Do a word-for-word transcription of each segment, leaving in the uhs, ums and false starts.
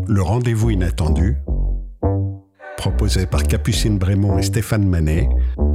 Le rendez-vous inattendu, proposé par Capucine Brémond et Stéphane Manet.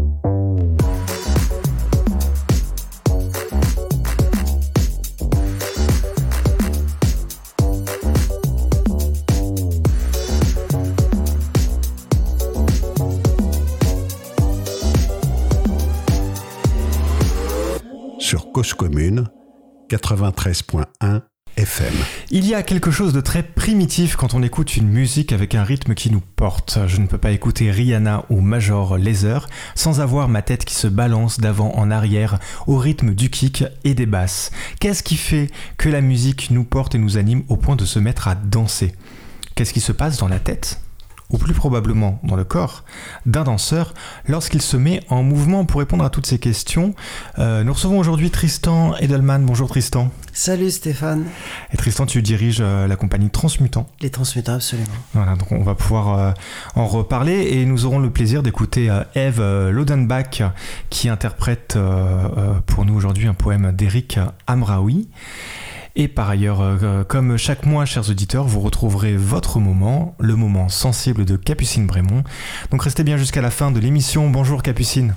Sur Cause Commune, quatre-vingt-treize point un F M. Il y a quelque chose de très primitif quand on écoute une musique avec un rythme qui nous porte. Je ne peux pas écouter Rihanna ou Major Lazer sans avoir ma tête qui se balance d'avant en arrière au rythme du kick et des basses. Qu'est-ce qui fait que la musique nous porte et nous anime au point de se mettre à danser ? Qu'est-ce qui se passe dans la tête ? Ou plus probablement dans le corps, d'un danseur lorsqu'il se met en mouvement. Pour répondre à toutes ces questions, euh, nous recevons aujourd'hui Tristan Edelman. Bonjour Tristan. Salut Stéphane. Et Tristan, tu diriges euh, la compagnie Transmutant. Les Transmutants, absolument. Voilà, donc on va pouvoir euh, en reparler et nous aurons le plaisir d'écouter euh, Eve euh, Lodenbach qui interprète euh, euh, pour nous aujourd'hui un poème d'Eric Hamraoui. Et par ailleurs, euh, comme chaque mois, chers auditeurs, vous retrouverez votre moment, le moment sensible de Capucine Brémond. Donc restez bien jusqu'à la fin de l'émission. Bonjour Capucine.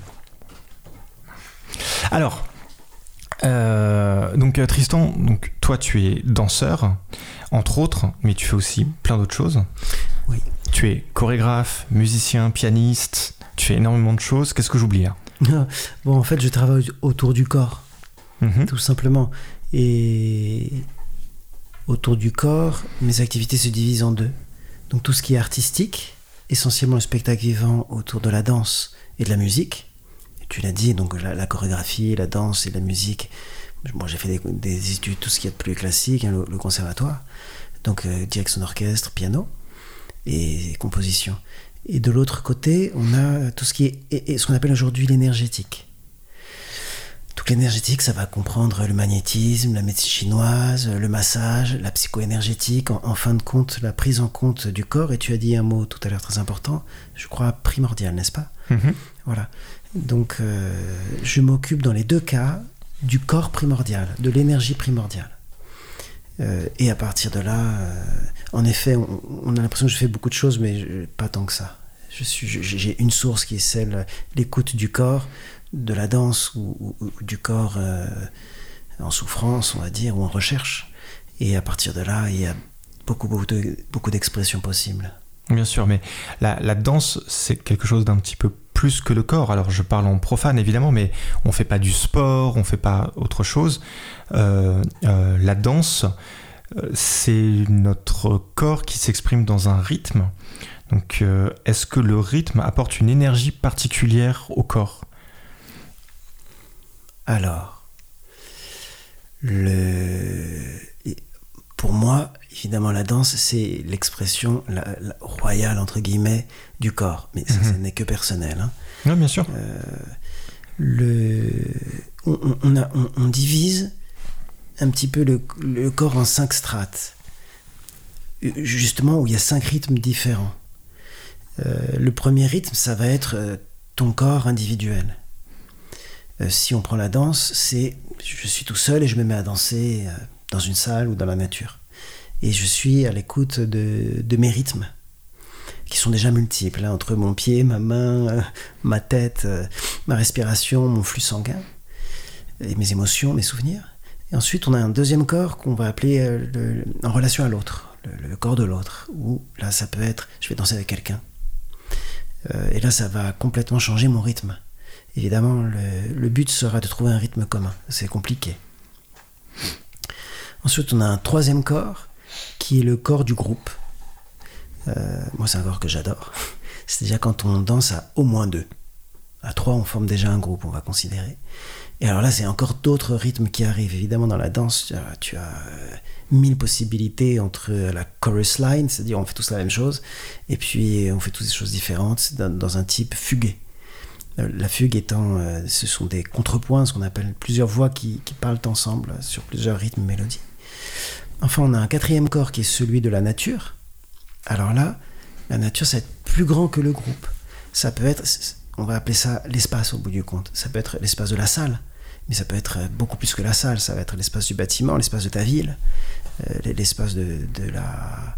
Alors, euh, donc Tristan, donc toi tu es danseur, entre autres, mais tu fais aussi plein d'autres choses. Oui. Tu es chorégraphe, musicien, pianiste, tu fais énormément de choses. Qu'est-ce que j'oublie là ? Bon, en fait, je travaille autour du corps, mm-hmm. tout simplement. Et autour du corps, mes activités se divisent en deux. Donc tout ce qui est artistique, essentiellement le spectacle vivant autour de la danse et de la musique. Et tu l'as dit, donc la, la chorégraphie, la danse et la musique. Moi, j'ai fait des, des études, tout ce qui est de plus classique, hein, le, le conservatoire. Donc euh, direction d'orchestre, piano et composition. Et de l'autre côté, on a tout ce qui est et, et ce qu'on appelle aujourd'hui l'énergétique. Donc l'énergétique, ça va comprendre le magnétisme, la médecine chinoise, le massage, la psycho-énergétique, en, en fin de compte, la prise en compte du corps. Et tu as dit un mot tout à l'heure très important, je crois primordial, n'est-ce pas ? Mm-hmm. Voilà. Donc euh, je m'occupe dans les deux cas du corps primordial, de l'énergie primordiale. Euh, et à partir de là, euh, en effet, on, on a l'impression que je fais beaucoup de choses, mais je, pas tant que ça. Je suis, je, j'ai une source qui est celle, l'écoute du corps, de la danse ou, ou, ou du corps euh, en souffrance, on va dire, ou en recherche. Et à partir de là, il y a beaucoup, beaucoup, de, beaucoup d'expressions possibles. Bien sûr, mais la, la danse, c'est quelque chose d'un petit peu plus que le corps. Alors, je parle en profane, évidemment, mais on ne fait pas du sport, on ne fait pas autre chose. Euh, euh, la danse, c'est notre corps qui s'exprime dans un rythme. Donc, euh, est-ce que le rythme apporte une énergie particulière au corps ? Alors, le... pour moi, évidemment, la danse, c'est l'expression la, la royale, entre guillemets, du corps. Mais ça, mm-hmm. ça n'est que personnel. Hein. Oui, bien sûr. Euh, le... on, on, a, on, on divise un petit peu le, le corps en cinq strates, justement, où il y a cinq rythmes différents. Euh, le premier rythme, ça va être euh, ton corps individuel. Euh, si on prend la danse, c'est je suis tout seul et je me mets à danser euh, dans une salle ou dans la nature. Et je suis à l'écoute de, de mes rythmes, qui sont déjà multiples, hein, entre mon pied, ma main, euh, ma tête, euh, ma respiration, mon flux sanguin, et mes émotions, mes souvenirs. Et ensuite, on a un deuxième corps qu'on va appeler euh, le, en relation à l'autre, le, le corps de l'autre, où là, ça peut être, je vais danser avec quelqu'un. Euh, et là, ça va complètement changer mon rythme. Évidemment, le, le but sera de trouver un rythme commun. C'est compliqué. Ensuite, on a un troisième corps, qui est le corps du groupe. Euh, moi, c'est un corps que j'adore. C'est déjà quand on danse à au moins deux. À trois, on forme déjà un groupe, on va considérer. Et alors là, c'est encore d'autres rythmes qui arrivent. Évidemment, dans la danse, tu as, tu as euh, mille possibilités entre la chorus line, c'est-à-dire on fait tous la même chose, et puis on fait toutes des choses différentes dans, dans un type fugué. La fugue étant, euh, ce sont des contrepoints, ce qu'on appelle plusieurs voix qui, qui parlent ensemble sur plusieurs rythmes, mélodies. Enfin, on a un quatrième corps qui est celui de la nature. Alors là, la nature, ça va être plus grand que le groupe. Ça peut être, on va appeler ça l'espace au bout du compte. Ça peut être l'espace de la salle, mais ça peut être beaucoup plus que la salle. Ça va être l'espace du bâtiment, l'espace de ta ville, euh, l'espace de, de, la,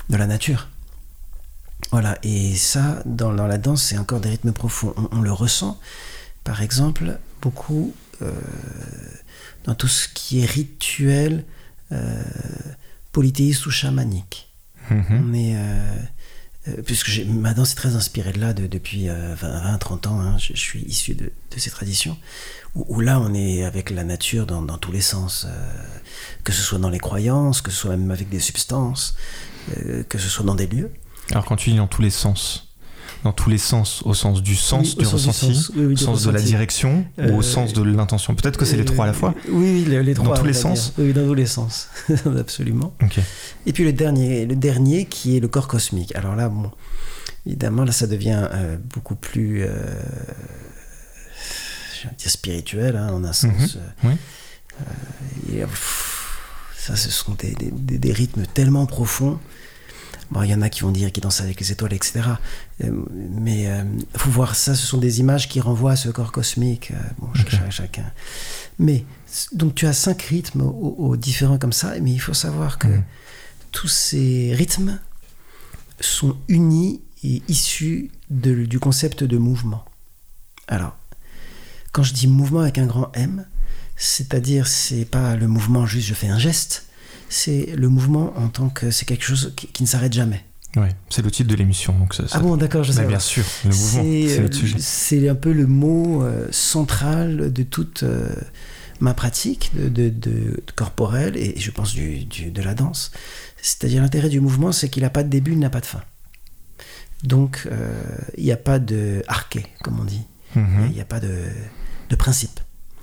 de la nature. Voilà, et ça, dans, dans la danse, c'est encore des rythmes profonds. On, on le ressent, par exemple, beaucoup euh, dans tout ce qui est rituel, euh, polythéiste ou chamanique. Mm-hmm. On est... Euh, Euh, puisque j'ai, ma danse est très inspirée de là de, depuis euh, vingt à trente ans, hein, je, je suis issu de, de ces traditions, où, où là on est avec la nature dans, dans tous les sens, euh, que ce soit dans les croyances, que ce soit même avec des substances, euh, que ce soit dans des lieux. Alors quand tu dis dans tous les sens, dans tous les sens, au sens du sens, oui, du sens ressenti, du sens, oui, oui, au sens ressenti. de la direction, euh, ou au sens de l'intention. Peut-être que c'est les trois à la fois. Oui, oui, les trois. Dans tous les sens. Oui, dans tous les sens, absolument. Okay. Et puis le dernier, le dernier qui est le corps cosmique. Alors là, bon, évidemment, là, ça devient euh, beaucoup plus, euh, je vais dire spirituel, hein, en un sens. Mm-hmm. Euh, oui. euh, et, pff, ça, ce sont des, des, des rythmes tellement profonds. Bon, il y en a qui vont dire qu'ils dansent avec les étoiles, et cetera. Euh, mais il euh, faut voir ça, ce sont des images qui renvoient à ce corps cosmique. Euh, bon, okay. ch- chacun. Mais donc tu as cinq rythmes aux, aux différents comme ça, mais il faut savoir que mmh. tous ces rythmes sont unis et issus de, du concept de mouvement. Alors, quand je dis mouvement avec un grand M, c'est-à-dire c'est pas le mouvement juste je fais un geste. C'est le mouvement en tant que c'est quelque chose qui, qui ne s'arrête jamais. Oui, c'est le titre de l'émission. Donc ça, ça... Ah bon, d'accord, je sais. Mais bien sûr, le mouvement, c'est, c'est le sujet. C'est un peu le mot euh, central de toute euh, ma pratique de, de, de, de corporelle et je pense du, du, de la danse. C'est-à-dire l'intérêt du mouvement, c'est qu'il n'a pas de début, il n'a pas de fin. Donc, euh, il n'y a pas de arché, comme on dit. Mm-hmm. Il n'y a pas de, de principe.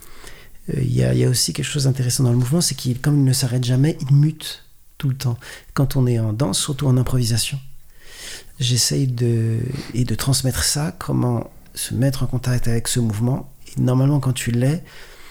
Il y, a, il y a aussi quelque chose d'intéressant dans le mouvement, c'est qu'il, comme il ne s'arrête jamais, il mute tout le temps. Quand on est en danse, surtout en improvisation, j'essaye de, et de transmettre ça, comment se mettre en contact avec ce mouvement. Et normalement, quand tu l'es,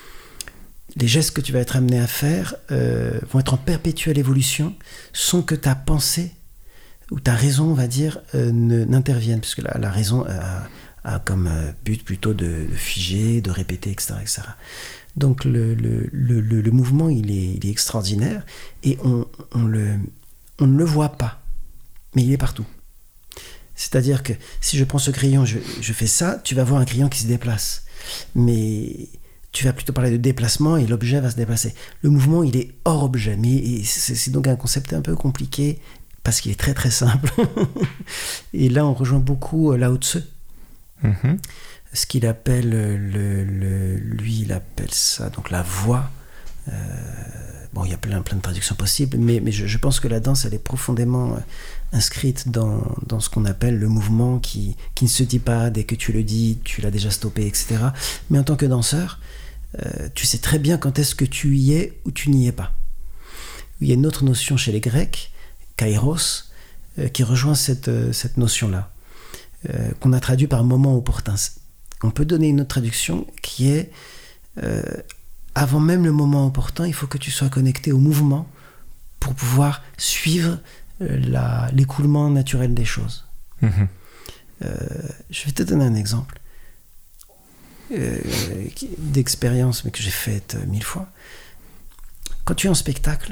les gestes que tu vas être amené à faire euh, vont être en perpétuelle évolution, sans que ta pensée ou ta raison, on va dire, euh, ne, n'intervienne, puisque la, la raison a, a comme but plutôt de, de figer, de répéter, et cetera, et cetera. Donc le, le, le, le mouvement, il est, il est extraordinaire et on, on, le, on ne le voit pas, mais il est partout. C'est-à-dire que si je prends ce crayon, je, je fais ça, tu vas voir un crayon qui se déplace. Mais tu vas plutôt parler de déplacement et l'objet va se déplacer. Le mouvement, il est hors objet, mais c'est, c'est donc un concept un peu compliqué parce qu'il est très très simple. Et là, on rejoint beaucoup Lao Tzu. Mm-hmm. Ce qu'il appelle, le, le, lui, il appelle ça donc la voix. Euh, bon, il y a plein, plein de traductions possibles, mais, mais je, je pense que la danse, elle est profondément euh, inscrite dans, dans ce qu'on appelle le mouvement qui, qui ne se dit pas dès que tu le dis, tu l'as déjà stoppé, et cetera. Mais en tant que danseur, euh, tu sais très bien quand est-ce que tu y es ou tu n'y es pas. Il y a une autre notion chez les Grecs, kairos, euh, qui rejoint cette, euh, cette notion-là, euh, qu'on a traduit par moment opportun. On peut donner une autre traduction qui est euh, avant même le moment opportun, il faut que tu sois connecté au mouvement pour pouvoir suivre euh, la, l'écoulement naturel des choses. Mmh. Euh, je vais te donner un exemple euh, d'expérience, mais que j'ai faite euh, mille fois. Quand tu es en spectacle,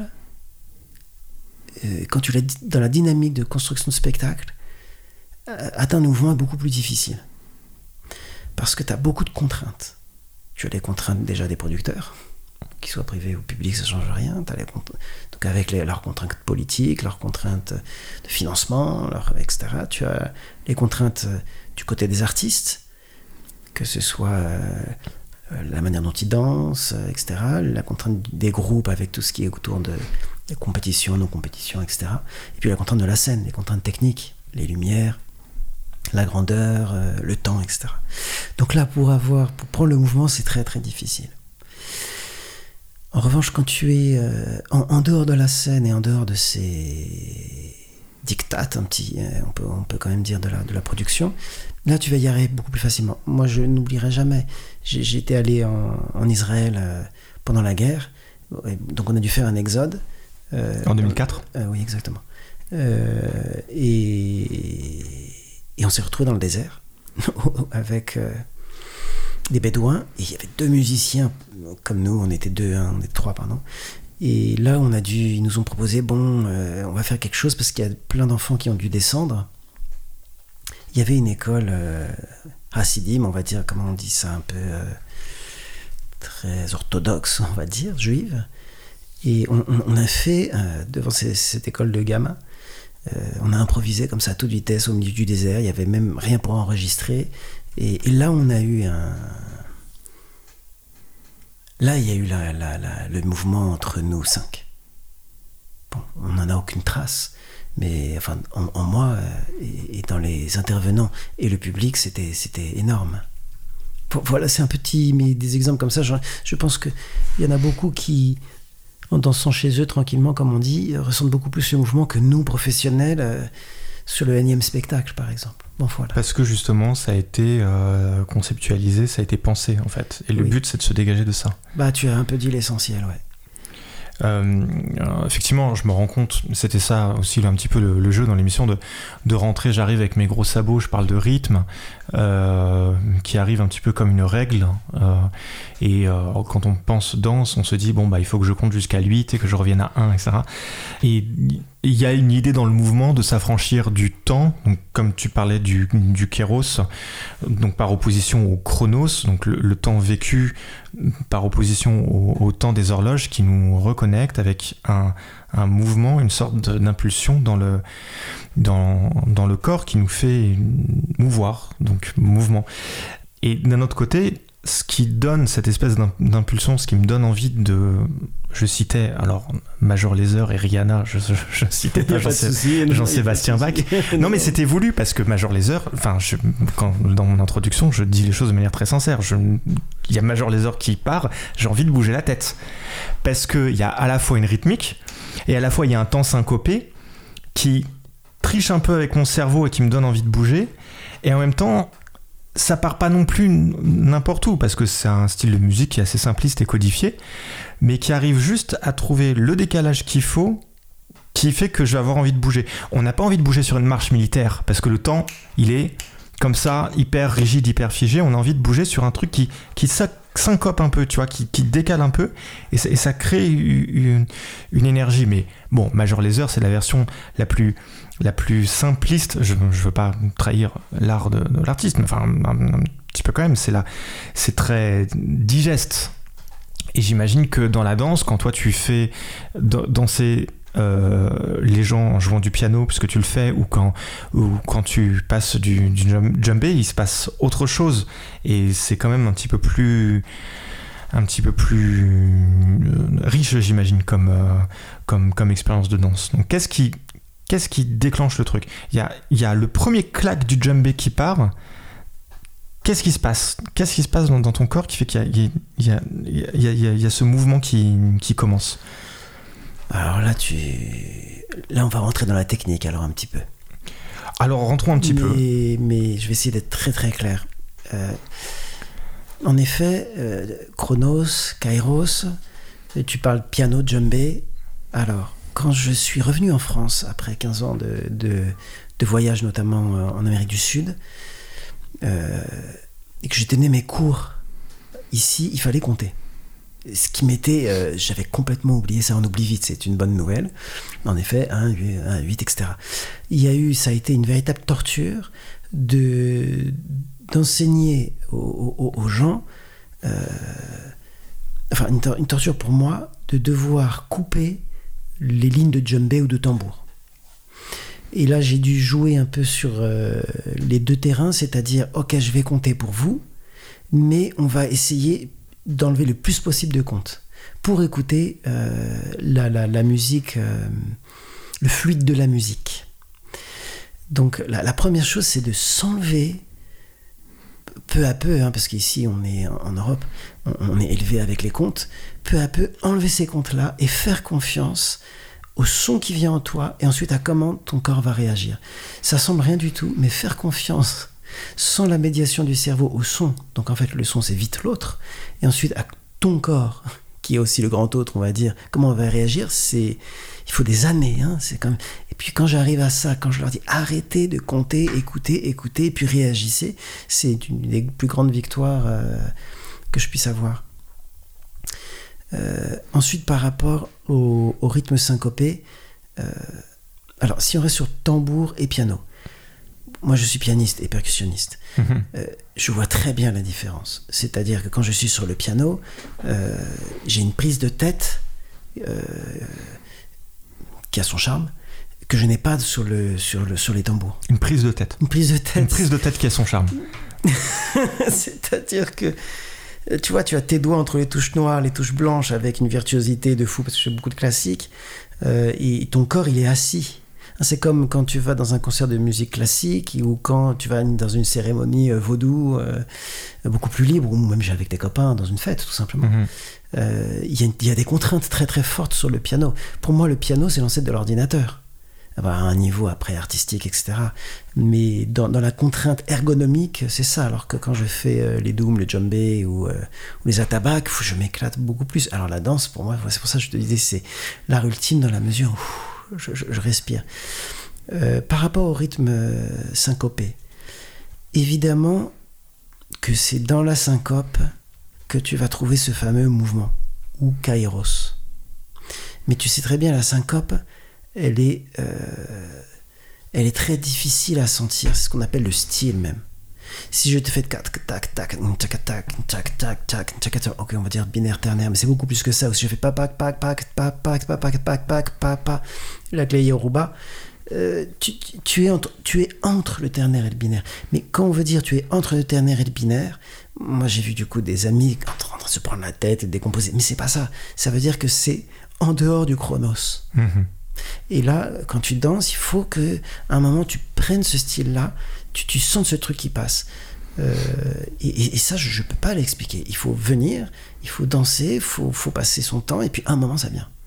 euh, quand tu es dans la dynamique de construction de spectacle, euh, atteindre le mouvement est beaucoup plus difficile. Parce que tu as beaucoup de contraintes. Tu as les contraintes déjà des producteurs, qu'ils soient privés ou publics, ça ne change rien. T'as les cont... Donc avec les, leurs contraintes politiques, leurs contraintes de financement, leur, et cetera. Tu as les contraintes du côté des artistes, que ce soit euh, la manière dont ils dansent, et cetera. La contrainte des groupes avec tout ce qui est autour de, de compétitions, non-compétitions, et cetera. Et puis la contrainte de la scène, les contraintes techniques, les lumières, la grandeur, euh, le temps, et cetera. Donc là, pour avoir, pour prendre le mouvement, c'est très très difficile. En revanche, quand tu es euh, en, en dehors de la scène et en dehors de ces dictates, un petit, euh, on peut on peut quand même dire de la de la production, là tu vas y arriver beaucoup plus facilement. Moi, je n'oublierai jamais. J'ai, j'étais allé en, en Israël euh, pendant la guerre, donc on a dû faire un exode. Euh, en deux mille quatre. Euh, oui, exactement. Euh, et Et on s'est retrouvés dans le désert avec euh, des bédouins. Et il y avait deux musiciens, comme nous, on était deux, hein, on était trois, pardon. Et là, on a dû, ils nous ont proposé, bon, euh, on va faire quelque chose parce qu'il y a plein d'enfants qui ont dû descendre. Il y avait une école euh, Hasidim, on va dire, comment on dit ça, un peu euh, très orthodoxe, on va dire, juive. Et on, on, on a fait, euh, devant ces, cette école de gamins, euh, on a improvisé comme ça à toute vitesse au milieu du désert. Il n'y avait même rien pour enregistrer. Et, et là, on a eu un... Là, il y a eu la, la, la, le mouvement entre nous cinq. Bon, on n'en a aucune trace. Mais enfin, en, en moi euh, et, et dans les intervenants et le public, c'était, c'était énorme. Bon, voilà, c'est un petit... Mais des exemples comme ça, je, je pense qu'il y en a beaucoup qui... en dansant chez eux tranquillement, comme on dit, ressentent beaucoup plus le mouvement que nous, professionnels, euh, sur le énième spectacle, par exemple. Bon, voilà. Parce que justement, ça a été euh, conceptualisé, ça a été pensé, en fait. Et le oui. but, c'est de se dégager de ça. Bah, tu as un peu dit l'essentiel, ouais. Euh, effectivement, je me rends compte, c'était ça aussi un petit peu le, le jeu dans l'émission, de, de rentrer, j'arrive avec mes gros sabots, je parle de rythme, euh, qui arrive un petit peu comme une règle, euh, et euh, quand on pense danse, on se dit, bon, bah, il faut que je compte jusqu'à huit et que je revienne à un, et cetera. Et il y a une idée dans le mouvement de s'affranchir du temps, donc comme tu parlais du, du kéros, donc par opposition au chronos, donc le, le temps vécu par opposition au, au temps des horloges, qui nous reconnecte avec un, un mouvement, une sorte d'impulsion dans le, dans, dans le corps qui nous fait mouvoir, donc mouvement. Et d'un autre côté, ce qui donne cette espèce d'impulsion, ce qui me donne envie de... Je citais, alors, Major Lazer et Rihanna, je, je, je citais pas Jean-Sébastien Jean Bach. Non, mais c'était voulu, parce que Major Lazer, enfin, je, quand, dans mon introduction, je dis les choses de manière très sincère. Il y a Major Lazer qui part, j'ai envie de bouger la tête. Parce qu'il y a à la fois une rythmique, et à la fois il y a un temps syncopé qui triche un peu avec mon cerveau et qui me donne envie de bouger, et en même temps... ça part pas non plus n'importe où, parce que c'est un style de musique qui est assez simpliste et codifié, mais qui arrive juste à trouver le décalage qu'il faut, qui fait que je vais avoir envie de bouger. On n'a pas envie de bouger sur une marche militaire, parce que le temps, il est comme ça, hyper rigide, hyper figé. On a envie de bouger sur un truc qui, qui syncope un peu, tu vois, qui, qui décale un peu, et ça, et ça crée une, une énergie. Mais bon, Major Lazer, c'est la version la plus... la plus simpliste. Je ne veux pas trahir l'art de, de l'artiste, mais enfin un, un, un petit peu quand même, c'est, la, c'est très digeste. Et j'imagine que dans la danse, quand toi tu fais danser euh, les gens en jouant du piano, puisque tu le fais, ou quand, ou quand tu passes du, du djembé, il se passe autre chose, et c'est quand même un petit peu plus un petit peu plus riche, j'imagine, comme, euh, comme, comme expérience de danse. Donc qu'est-ce qui Qu'est-ce qui déclenche le truc ? Il y a, il y a le premier claque du djembé qui part. Qu'est-ce qui se passe ? Qu'est-ce qui se passe dans, dans ton corps qui fait qu'il y a, il y a, il y a, il y a, il y a, il y a ce mouvement qui, qui commence ? Alors là, tu... là, on va rentrer dans la technique, alors un petit peu. Alors, rentrons un petit mais, peu. Mais je vais essayer d'être très très clair. Euh, en effet, euh, Chronos, Kairos, tu parles piano, djembé. Alors... quand je suis revenu en France, après quinze ans de, de, de voyage, notamment en Amérique du Sud, euh, et que j'ai donné mes cours ici, il fallait compter. Ce qui m'était... Euh, j'avais complètement oublié ça, on oublie vite, c'est une bonne nouvelle. En effet, un, huit, et cetera. Il y a eu, ça a été une véritable torture de, d'enseigner aux, aux, aux gens... Euh, enfin, une, une torture pour moi, de devoir couper les lignes de djembé ou de tambour. Et là, j'ai dû jouer un peu sur euh, les deux terrains, c'est-à-dire, ok, je vais compter pour vous, mais on va essayer d'enlever le plus possible de comptes pour écouter euh, la, la, la musique, euh, le fluide de la musique. Donc, la, la première chose, c'est de s'enlever peu à peu, hein, parce qu'ici, on est en Europe, on, on est élevé avec les comptes, peu à peu, enlever ces comptes-là et faire confiance au son qui vient en toi et ensuite à comment ton corps va réagir. Ça semble rien du tout, mais faire confiance sans la médiation du cerveau au son, donc en fait le son c'est vite l'autre, et ensuite à ton corps, qui est aussi le grand autre, on va dire, comment on va réagir, c'est... il faut des années, hein, c'est comme... Et puis quand j'arrive à ça, quand je leur dis arrêtez de compter, écoutez, écoutez, et puis réagissez, c'est une des plus grandes victoires euh, que je puisse avoir. Euh, ensuite, par rapport au, au rythme syncopé, euh, alors si on reste sur tambour et piano, moi je suis pianiste et percussionniste, mmh. euh, je vois très bien la différence. C'est-à-dire que quand je suis sur le piano, euh, j'ai une prise de tête euh, qui a son charme, que je n'ai pas sur, le, sur, le, sur les tambours. Une prise de tête. Une prise de tête. Une prise de tête qui a son charme. C'est-à-dire que, tu vois, tu as tes doigts entre les touches noires, les touches blanches, avec une virtuosité de fou, parce que je fais beaucoup de classiques, euh, et ton corps, il est assis. C'est comme quand tu vas dans un concert de musique classique, ou quand tu vas dans une cérémonie euh, vaudou, euh, beaucoup plus libre, ou même avec tes copains, dans une fête, tout simplement. Il mmh. euh, y, y a des contraintes très très fortes sur le piano. Pour moi, le piano, c'est l'ancêtre de l'ordinateur. À un niveau après artistique, et cetera. Mais dans, dans la contrainte ergonomique, c'est ça. Alors que quand je fais euh, les dooms, le djembé ou, euh, ou les atabaques, je m'éclate beaucoup plus. Alors la danse, pour moi, c'est pour ça que je te disais, c'est l'art ultime dans la mesure où je, je, je respire. Euh, par rapport au rythme euh, syncopé, évidemment que c'est dans la syncope que tu vas trouver ce fameux mouvement, ou kairos. Mais tu sais très bien, la syncope, elle est, euh, elle est très difficile à sentir, c'est ce qu'on appelle le style même. Si je te fais tac tac tac tac tac tac tac tac tac, ok, on va dire binaire ternaire, mais c'est beaucoup plus que ça. Ou si je fais pa pa pa pa pa pa pa pa pa pa pa pa la clé yoruba, tu tu es entre tu es entre le ternaire et le binaire. Mais quand on veut dire tu es entre le ternaire et le binaire, moi j'ai vu du coup des amis en train de se prendre la tête et décomposer, mais c'est pas ça. Ça veut dire que c'est en dehors du chronos. Mm-hmm. Et là, quand tu danses, il faut qu'à un moment, tu prennes ce style-là, tu, tu sens ce truc qui passe. Euh, et, et, et ça, je ne peux pas l'expliquer. Il faut venir, il faut danser, il faut, faut passer son temps, et puis à un moment, ça vient.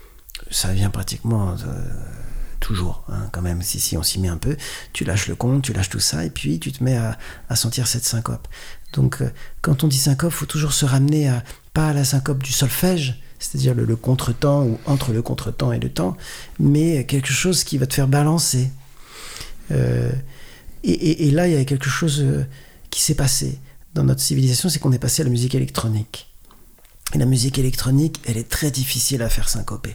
Ça vient pratiquement euh, toujours, hein, quand même, si, si on s'y met un peu. Tu lâches le compte, tu lâches tout ça, et puis tu te mets à, à sentir cette syncope. Donc, euh, quand on dit syncope, il faut toujours se ramener à, pas à la syncope du solfège, c'est-à-dire le, le contretemps ou entre le contretemps et le temps, mais quelque chose qui va te faire balancer. Euh, et, et, et là, il y a quelque chose qui s'est passé dans notre civilisation, c'est qu'on est passé à la musique électronique. Et la musique électronique, elle est très difficile à faire syncoper.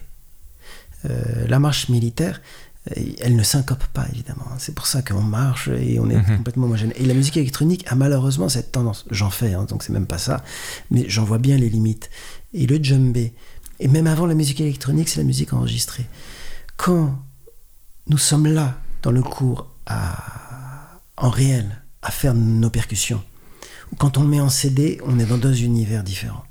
Euh, la marche militaire, elle ne syncope pas, évidemment. C'est pour ça qu'on marche et on est mmh. complètement homogène. Et la musique électronique a malheureusement cette tendance. J'en fais, hein, donc c'est même pas ça, mais j'en vois bien les limites. Et le djembé, et même avant la musique électronique, c'est la musique enregistrée. Quand nous sommes là, dans le cours, à, en réel, à faire nos percussions, ou quand on le met en C D, on est dans deux univers différents.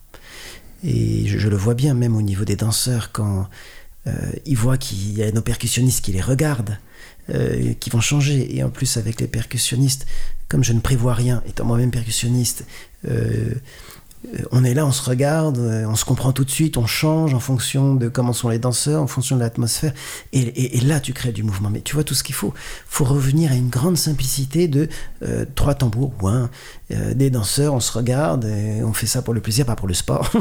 Et je, je le vois bien, même au niveau des danseurs, quand euh, ils voient qu'il y a nos percussionnistes qui les regardent, euh, qui vont changer. Et en plus, avec les percussionnistes, comme je ne prévois rien, étant moi-même percussionniste, euh, on est là, on se regarde, on se comprend tout de suite, on change en fonction de comment sont les danseurs, en fonction de l'atmosphère, et, et, et là tu crées du mouvement. Mais tu vois tout ce qu'il faut. Il faut revenir à une grande simplicité de euh, trois tambours ou un, euh, des danseurs, on se regarde, et on fait ça pour le plaisir, pas pour le sport,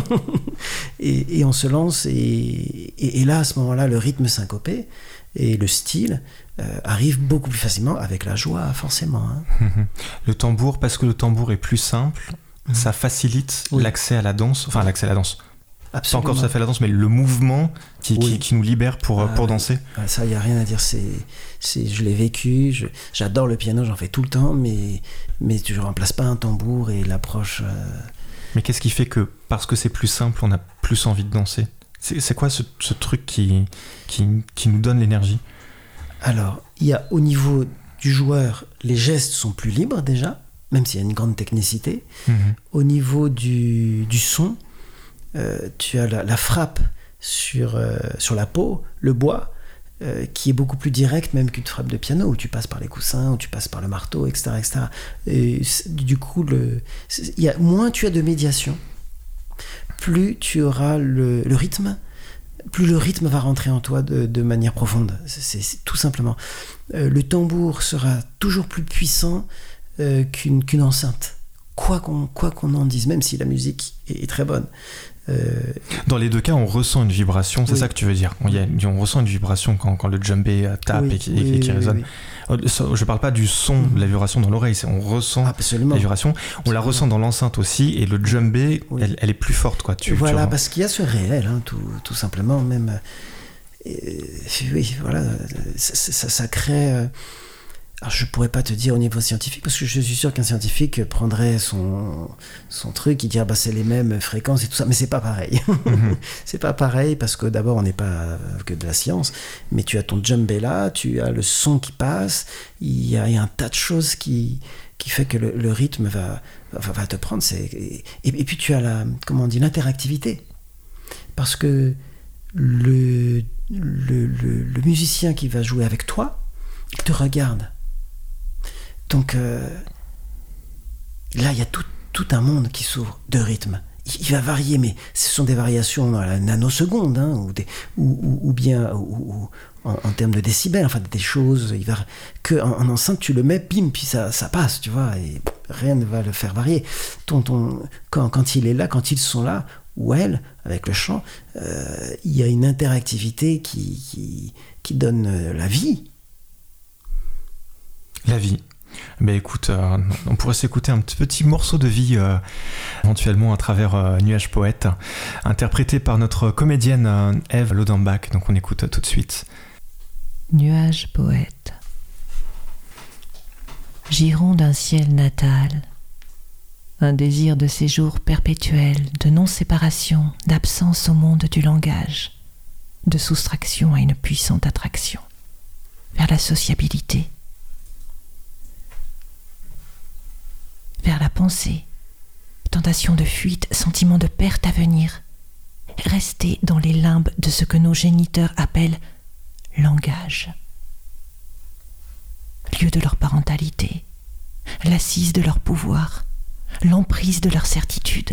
et, et on se lance, et, et, et là à ce moment-là, le rythme syncopé et le style euh, arrive beaucoup plus facilement avec la joie, forcément. Hein. Le tambour, parce que le tambour est plus simple, ça facilite oui. l'accès à la danse, enfin l'accès à la danse. Absolument. Pas encore tout à fait la danse, mais le mouvement qui, oui. qui, qui nous libère pour, ah, pour danser. Ça, il n'y a rien à dire. C'est, c'est, je l'ai vécu, je, j'adore le piano, j'en fais tout le temps, mais, mais tu ne remplaces pas un tambour et l'approche. Euh... Mais qu'est-ce qui fait que, parce que c'est plus simple, on a plus envie de danser ? C'est, c'est quoi ce, ce truc qui, qui, qui nous donne l'énergie ? Alors, il y a au niveau du joueur, les gestes sont plus libres déjà, même s'il y a une grande technicité. Mmh. Au niveau du, du son, euh, tu as la, la frappe sur, euh, sur la peau, le bois, euh, qui est beaucoup plus direct même qu'une frappe de piano, où tu passes par les coussins, où tu passes par le marteau, et cetera et cetera. Et du coup, le, y a, moins tu as de médiation, plus tu auras le, le rythme, plus le rythme va rentrer en toi de, de manière profonde. C'est, c'est, c'est tout simplement. Euh, le tambour sera toujours plus puissant Euh, qu'une, qu'une enceinte, quoi qu'on, quoi qu'on en dise, même si la musique est, est très bonne. Euh, Dans les deux cas, on ressent une vibration, c'est oui. ça que tu veux dire. On, y a, on ressent une vibration quand, quand le djembé tape oui, et qui, oui, et qui oui, résonne. oui, oui. Je parle pas du son, de la vibration dans l'oreille, c'est on ressent Absolument. la vibration. On Absolument. la ressent dans l'enceinte aussi, et le djembé, Oui. elle, elle est plus forte, quoi. Tu, voilà, tu parce qu'il y a ce réel, hein, tout, tout simplement, même. Euh, oui, voilà, ça, ça, ça crée. Euh, alors, je pourrais pas te dire au niveau scientifique, parce que je suis sûr qu'un scientifique prendrait son, son truc, il dirait bah, c'est les mêmes fréquences et tout ça, mais c'est pas pareil. Mm-hmm. C'est pas pareil, parce que d'abord, on n'est pas que de la science, mais tu as ton djembé là, tu as le son qui passe, il y a, il y a un tas de choses qui. qui fait que le, le rythme va, va, va te prendre. C'est, et, et puis tu as la, comment on dit, l'interactivité. Parce que le, le, le, le musicien qui va jouer avec toi, il te regarde. Donc euh, là, il y a tout, tout un monde qui s'ouvre de rythme. Il, il va varier, mais ce sont des variations dans la nanoseconde, hein, ou, des, ou, ou, ou bien... Ou, ou, En, en termes de décibels, enfin des choses, il va que en, en enceinte tu le mets, bim, puis ça, ça passe, tu vois, et rien ne va le faire varier. Ton, ton, quand, quand il est là, quand ils sont là, ou elle, avec le chant, euh, il y a une interactivité qui, qui, qui donne la vie. La vie. Ben écoute, euh, on pourrait s'écouter un petit, petit morceau de vie euh, éventuellement à travers euh, Nuage Poète, interprété par notre comédienne euh, Eve Lodenbach. Donc on écoute euh, tout de suite. Nuage poète. Giron d'un ciel natal, un désir de séjour perpétuel, de non-séparation, d'absence au monde du langage, de soustraction à une puissante attraction, vers la sociabilité, vers la pensée, tentation de fuite, sentiment de perte à venir, rester dans les limbes de ce que nos géniteurs appellent langage, lieu de leur parentalité, l'assise de leur pouvoir, l'emprise de leur certitude,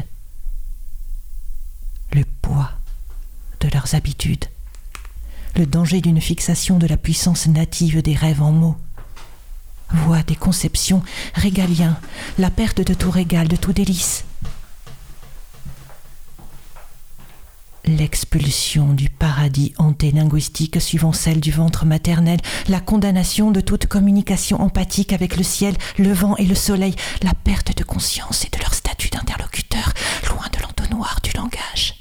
le poids de leurs habitudes, le danger d'une fixation de la puissance native des rêves en mots, voie des conceptions, régalien, la perte de tout régal, de tout délice, l'expulsion du paradis antélinguistique suivant celle du ventre maternel, la condamnation de toute communication empathique avec le ciel, le vent et le soleil, la perte de conscience et de leur statut d'interlocuteur, loin de l'entonnoir du langage.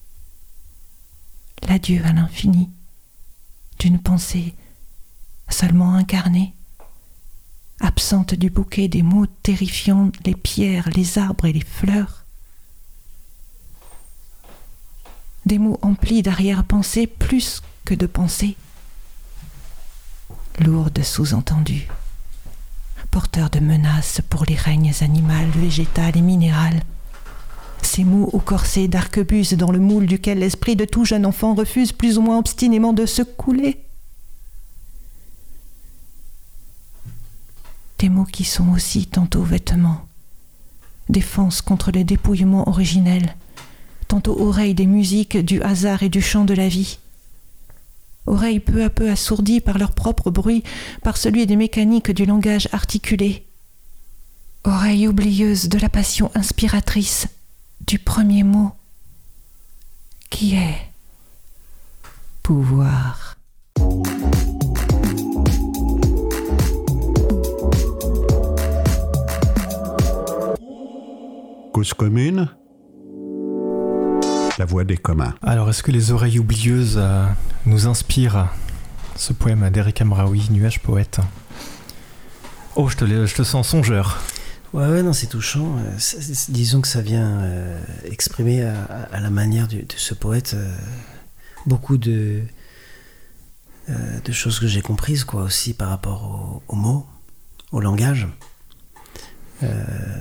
L'adieu à l'infini, d'une pensée seulement incarnée, absente du bouquet des mots terrifiant les pierres, les arbres et les fleurs. Des mots emplis d'arrière-pensée plus que de pensée, lourds de sous-entendus, porteurs de menaces pour les règnes animal, végétal et minéral. Ces mots au corset d'arquebuse dans le moule duquel l'esprit de tout jeune enfant refuse plus ou moins obstinément de se couler. Des mots qui sont aussi tantôt vêtements, défense contre le dépouillement originel, tantôt oreilles des musiques du hasard et du chant de la vie. Oreilles peu à peu assourdies par leur propre bruit, par celui des mécaniques du langage articulé. Oreilles oublieuses de la passion inspiratrice du premier mot, qui est pouvoir. Cause commune, la voix des communs. Alors, est-ce que les oreilles oublieuses euh, nous inspirent ce poème d'Eric Amraoui, Nuage Poète? Oh, je te, je te sens songeur. Ouais, ouais, non, c'est touchant. C'est, c'est, disons que ça vient euh, exprimer à, à la manière du, de ce poète euh, beaucoup de, euh, de choses que j'ai comprises, quoi, aussi par rapport aux au mots, au langage. Euh,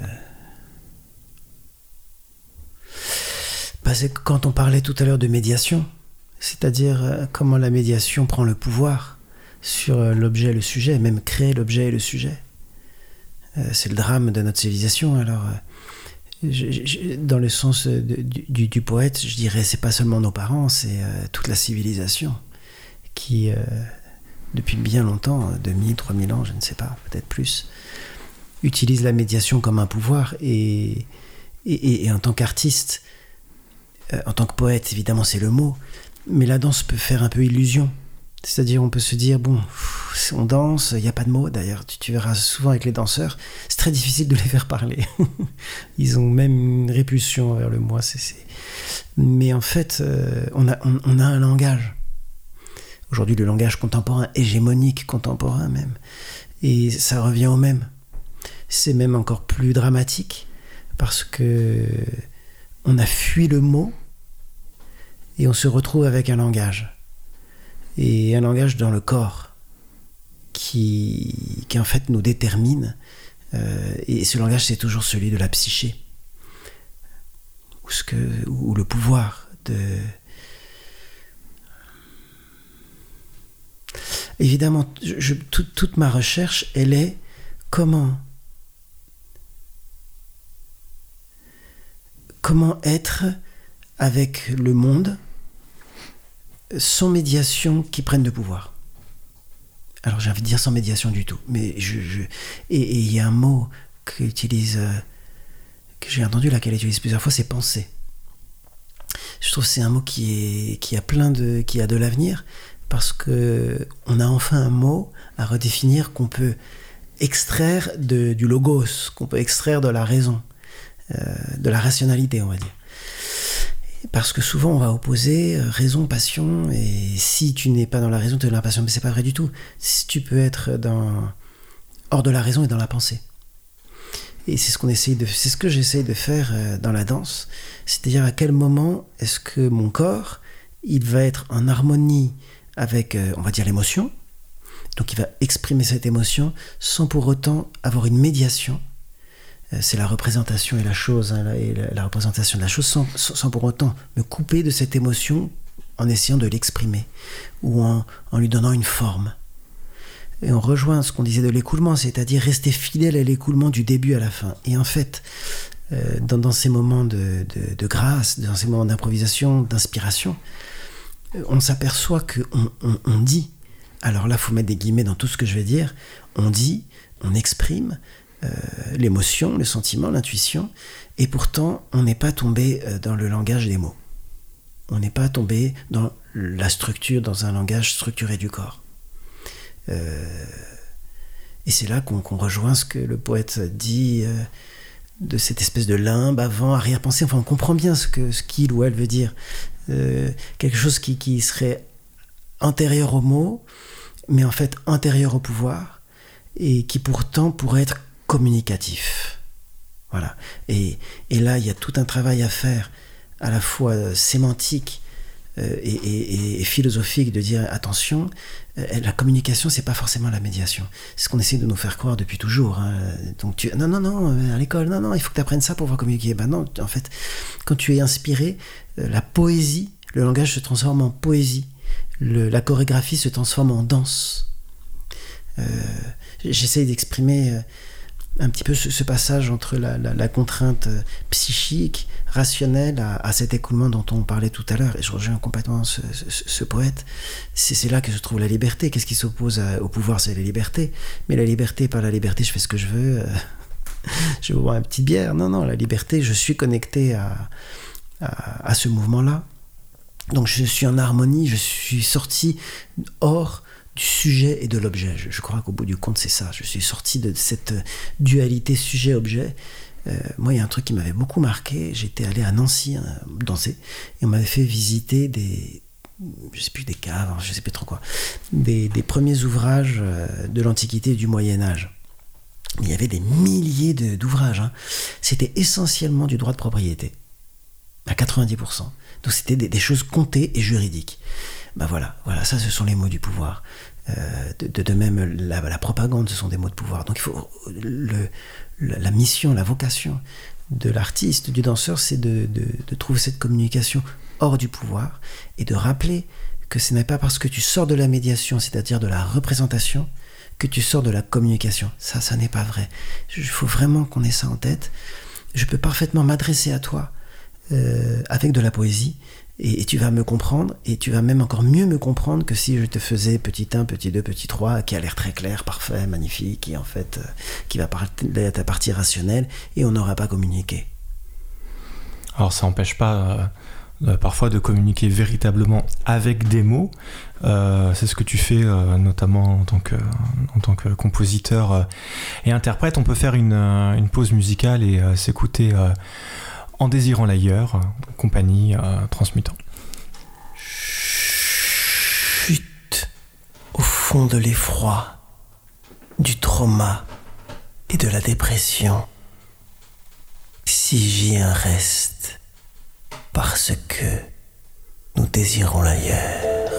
bah, c'est quand on parlait tout à l'heure de médiation, c'est-à-dire euh, comment la médiation prend le pouvoir sur euh, l'objet et le sujet, même créer l'objet et le sujet. Euh, c'est le drame de notre civilisation. Alors, euh, je, je, dans le sens de, du, du poète, je dirais c'est pas seulement nos parents, c'est euh, toute la civilisation qui, euh, depuis bien longtemps, deux mille, trois mille ans, je ne sais pas, peut-être plus, utilise la médiation comme un pouvoir et, et, et, et en tant qu'artiste, Euh, en tant que poète, évidemment, c'est le mot, mais la danse peut faire un peu illusion. C'est-à-dire, on peut se dire, bon, pff, on danse, il n'y a pas de mots. D'ailleurs, tu, tu verras souvent avec les danseurs, c'est très difficile de les faire parler. Ils ont même une répulsion vers le moi. C'est, c'est... Mais en fait, euh, on, a, on, on a un langage. Aujourd'hui, le langage contemporain, hégémonique contemporain même. Et ça revient au même. C'est même encore plus dramatique, parce que on a fui le mot, et on se retrouve avec un langage. Et un langage dans le corps qui, qui en fait nous détermine. Euh, et ce langage, c'est toujours celui de la psyché. Ou, ce que, ou le pouvoir de... Évidemment, je, tout, toute ma recherche, elle est comment... Comment être avec le monde sans médiation qui prenne le pouvoir. Alors j'ai envie de dire sans médiation du tout, mais je, je... et il y a un mot qu'utilise, euh, que j'ai entendu là, qu'elle utilise plusieurs fois, c'est penser. Je trouve que c'est un mot qui est qui a plein de qui a de l'avenir, parce que on a enfin un mot à redéfinir qu'on peut extraire de, du logos, qu'on peut extraire de la raison, euh, de la rationalité, on va dire. Parce que souvent on va opposer raison, passion, et si tu n'es pas dans la raison, tu es dans la passion, mais c'est pas vrai du tout. Si tu peux être dans, hors de la raison et dans la pensée. Et c'est ce qu'on essaye de, c'est ce que j'essaye de faire dans la danse, c'est-à-dire à quel moment est-ce que mon corps, il va être en harmonie avec, on va dire, l'émotion, donc il va exprimer cette émotion sans pour autant avoir une médiation. C'est la représentation et la chose, hein, et la, la représentation de la chose, sans, sans pour autant me couper de cette émotion en essayant de l'exprimer, ou en, en lui donnant une forme. Et on rejoint ce qu'on disait de l'écoulement, c'est-à-dire rester fidèle à l'écoulement du début à la fin. Et en fait, euh, dans, dans ces moments de, de, de grâce, dans ces moments d'improvisation, d'inspiration, on s'aperçoit qu'on on, on dit, alors là, il faut mettre des guillemets dans tout ce que je vais dire, on dit, on exprime, Euh, l'émotion, le sentiment, l'intuition, et pourtant on n'est pas tombé euh, dans le langage des mots. On n'est pas tombé dans la structure, dans un langage structuré du corps. Euh, et c'est là qu'on, qu'on rejoint ce que le poète dit euh, de cette espèce de limbe avant, arrière-pensée. Enfin, on comprend bien ce, que, ce qu'il ou elle veut dire. Euh, quelque chose qui, qui serait antérieur aux mots, mais en fait antérieur au pouvoir, et qui pourtant pourrait être communicatif. Voilà. Et, et là, il y a tout un travail à faire, à la fois sémantique euh, et, et, et philosophique, de dire attention, euh, la communication, c'est pas forcément la médiation. C'est ce qu'on essaie de nous faire croire depuis toujours. Hein. Donc tu, non, non, non, à l'école, non, non, il faut que tu apprennes ça pour pouvoir communiquer. Ben non, en fait, quand tu es inspiré, euh, la poésie, le langage se transforme en poésie, le, la chorégraphie se transforme en danse. Euh, j'essaie d'exprimer euh, un petit peu ce, ce passage entre la, la, la contrainte psychique, rationnelle, à, à cet écoulement dont on parlait tout à l'heure. Et je rejoins complètement ce, ce, ce poète. C'est, c'est là que se trouve la liberté. Qu'est-ce qui s'oppose à, au pouvoir? C'est la liberté. Mais la liberté, par la liberté, je fais ce que je veux. Euh, je vais boire une petite bière. Non, non, la liberté, je suis connecté à, à, à ce mouvement-là. Donc je suis en harmonie, je suis sorti hors du sujet et de l'objet. Je, je crois qu'au bout du compte, c'est ça. Je suis sorti de cette dualité sujet-objet. Euh, moi, il y a un truc qui m'avait beaucoup marqué. J'étais allé à Nancy hein, danser et on m'avait fait visiter des, je sais plus, des caves, je sais plus trop quoi, des, des premiers ouvrages de l'Antiquité et du Moyen-Âge. Il y avait des milliers de, d'ouvrages. Hein. C'était essentiellement du droit de propriété, à quatre-vingt-dix pour cent. Donc c'était des, des choses comptées et juridiques. Ben voilà, voilà, ça ce sont les mots du pouvoir. Euh, de, de, de même, la, la propagande, ce sont des mots de pouvoir. Donc il faut le, la, la mission, la vocation de l'artiste, du danseur, c'est de, de, de trouver cette communication hors du pouvoir et de rappeler que ce n'est pas parce que tu sors de la médiation, c'est-à-dire de la représentation, que tu sors de la communication. Ça, ça n'est pas vrai. Il faut vraiment qu'on ait ça en tête. Je peux parfaitement m'adresser à toi euh, avec de la poésie. Et, et tu vas me comprendre, et tu vas même encore mieux me comprendre que si je te faisais petit un, petit deux, petit trois, qui a l'air très clair, parfait, magnifique, et en fait, euh, qui va parler de ta partie rationnelle, et on n'aura pas communiqué. Alors ça n'empêche pas, euh, euh, parfois de communiquer véritablement avec des mots. Euh, c'est ce que tu fais euh, notamment en tant que, en tant que compositeur euh, et interprète. On peut faire une, euh, une pause musicale et euh, s'écouter euh, En désirant l'ailleurs, euh, compagnie euh, Transmutant. Chut au fond de l'effroi, du trauma et de la dépression. Si j'y un reste, parce que nous désirons l'ailleurs.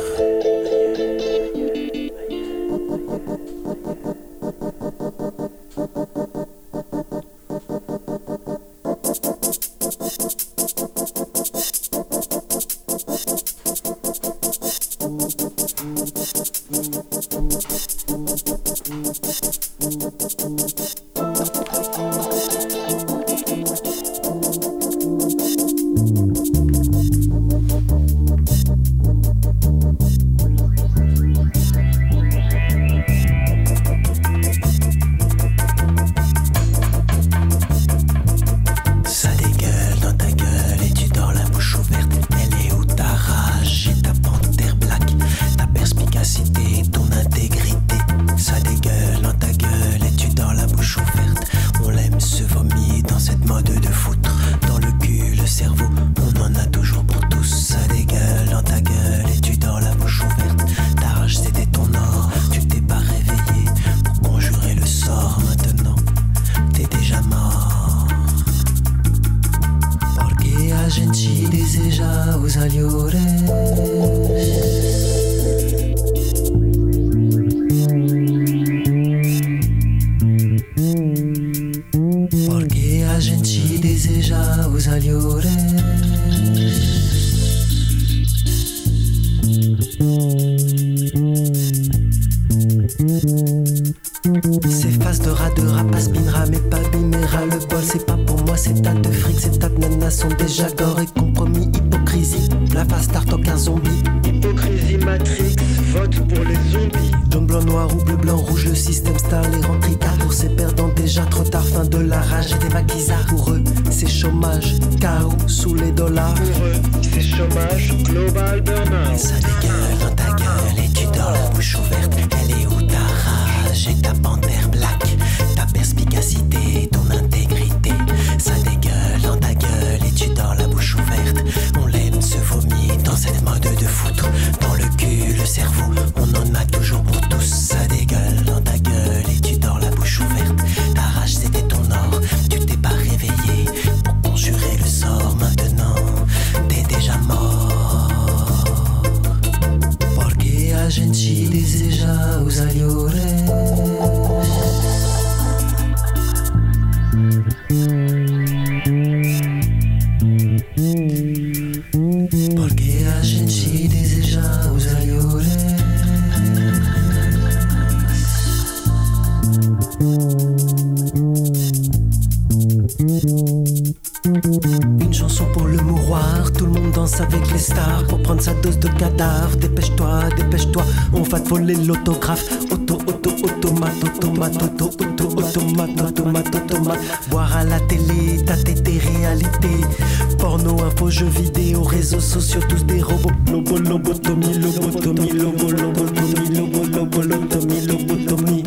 Voler l'autographe, auto, auto, automate, automate, auto, auto, automate, automate, automate. Boire à la télé, tâter tes réalités. Porno, info, jeux vidéo, réseaux sociaux, tous des robots. Lobo, lobotomie, lobotomie, lobo, lobotomie, lobo, lobo, lobotomie, lobotomie.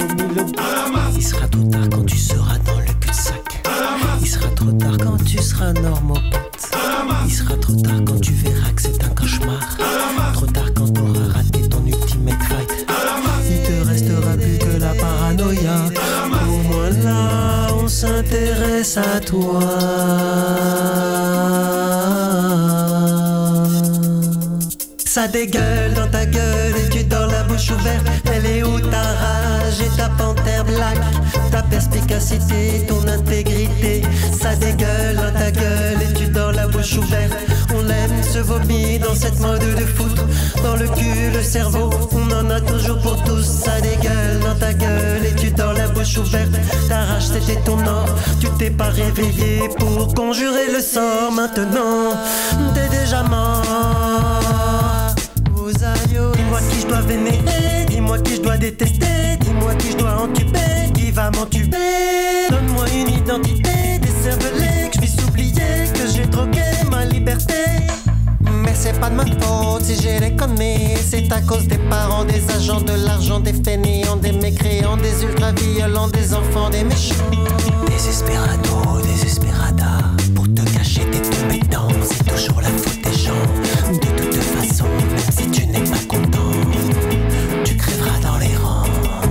Il sera trop tard quand tu seras dans le cul-de-sac. Il sera trop tard quand tu seras normopathe. Il sera trop tard quand tu verras que c'est un cauchemar. Trop tard quand t'auras raté ton ultimate fight. Il te restera plus que la paranoïa. Au moins là, on s'intéresse à toi. Ça dégueule dans ta gueule et tu dors la bouche ouverte. Elle est où ta rage et ta panthère black? Ta perspicacité, ton intégrité. Ça dégueule dans ta gueule et tu dors la bouche ouverte. On l'aime, se vomit dans cette mode de foutre. Dans le cul, le cerveau, on en a toujours pour tous. Ça dégueule dans ta gueule et tu dors la bouche ouverte. Ta rage c'était ton or, tu t'es pas réveillé pour conjurer le sort. Maintenant, t'es déjà mort. Dis-moi qui je dois vénérer, dis-moi qui je dois détester, dis-moi qui je dois entuber, qui va m'entuber. Donne-moi une identité décervelée, que je puisse oublier que j'ai troqué ma liberté. c'est pas de ma faute si j'ai les conneries. C'est à cause des parents, des agents de l'argent, des fainéants, des mécréants, des ultra-violents, des enfants, des méchants. Desesperado, desesperada. Pour te cacher, t'es tombé dedans. C'est toujours la faute des gens. De toute façon, même si tu n'es pas content, tu crèveras dans les rangs.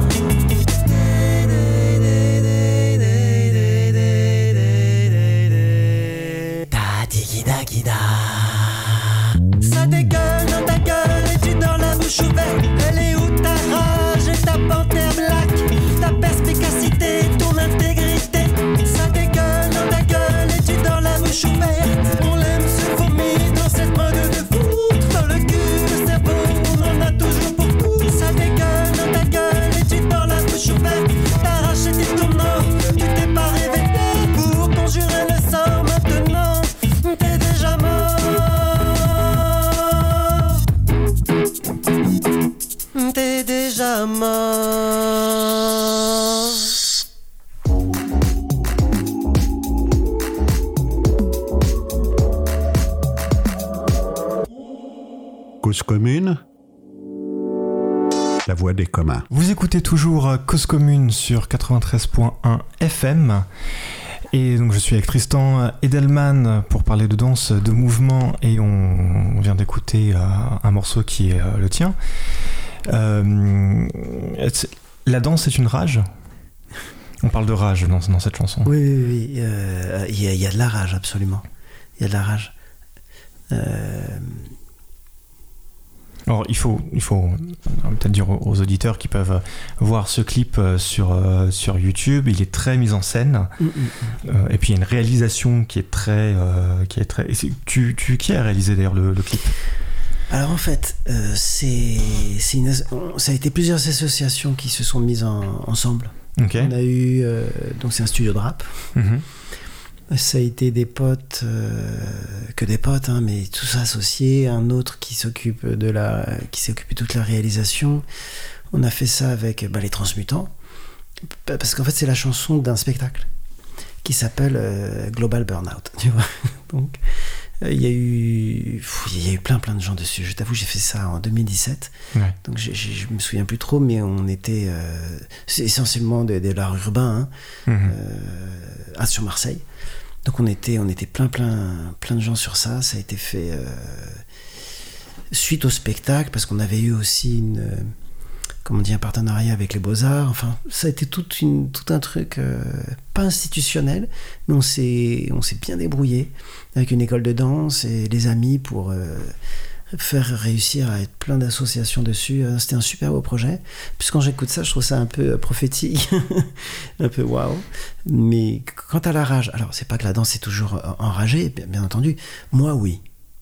Ça dégueule dans ta gueule et tu dans la bouche ouverte. Elle est où ta rage et ta panthère black, ta perspicacité, ton intégrité. Ça dégueule dans ta gueule et tu dans la bouche ouverte. On l'aime se vomir dans cette mode de foutre dans le cul, le cerveau, on en a toujours pour tout. Ça dégueule dans ta gueule et tu dans la bouche ouverte. T'arraches tes tournants, tu t'es pas réveillé pour conjurer le sort maintenant. T'es déjà mort. T'es déjà mort. Cause commune, la voix des communs. Vous écoutez toujours Cause commune sur quatre-vingt-treize point un F M. Et donc je suis avec Tristan Edelman pour parler de danse, de mouvement, et on vient d'écouter euh, un morceau qui est euh, le tien. Euh, la danse est une rage ? On parle de rage dans, dans cette chanson. Oui, oui, oui. Euh, il y a, il y a de la rage, absolument. Il y a de la rage. Euh... Alors il faut, il faut peut-être dire aux auditeurs qui peuvent voir ce clip sur, sur YouTube. Il est très mis en scène. Mm, mm, mm. Euh, et puis il y a une réalisation qui est très... Euh, qui est très... Tu, tu, qui a réalisé d'ailleurs le, le clip ? Alors en fait, euh, c'est, c'est une, ça a été plusieurs associations qui se sont mises en, ensemble. Okay. On a eu... Euh, donc c'est un studio de rap. Mm-hmm. Ça a été des potes, euh, que des potes, hein, mais tous associés. Un autre qui s'occupe de la, qui s'est occupé de toute la réalisation. On a fait ça avec bah, les Transmutants, parce qu'en fait c'est la chanson d'un spectacle qui s'appelle euh, Global Burnout. Tu vois. Donc il euh, y a eu, il y a eu plein plein de gens dessus. Je t'avoue, j'ai fait ça en deux mille dix-sept. Ouais. Donc j'ai, j'ai, je me souviens plus trop, mais on était euh, c'est essentiellement de, de l'art urbain, hein, mm-hmm. euh, à sur Marseille. Donc on était, on était plein, plein, plein de gens sur ça. Ça a été fait euh, suite au spectacle, parce qu'on avait eu aussi une, euh, comment on dit, un partenariat avec les Beaux-Arts. Enfin, ça a été tout, une, tout un truc, euh, pas institutionnel, mais on s'est, on s'est bien débrouillé avec une école de danse et les amis pour euh, faire réussir à être plein d'associations dessus. C'était un super beau projet. Puis quand j'écoute ça, je trouve ça un peu prophétique, un peu waouh. Mais quant à la rage, alors c'est pas que la danse est toujours enragée, bien entendu. Moi, oui.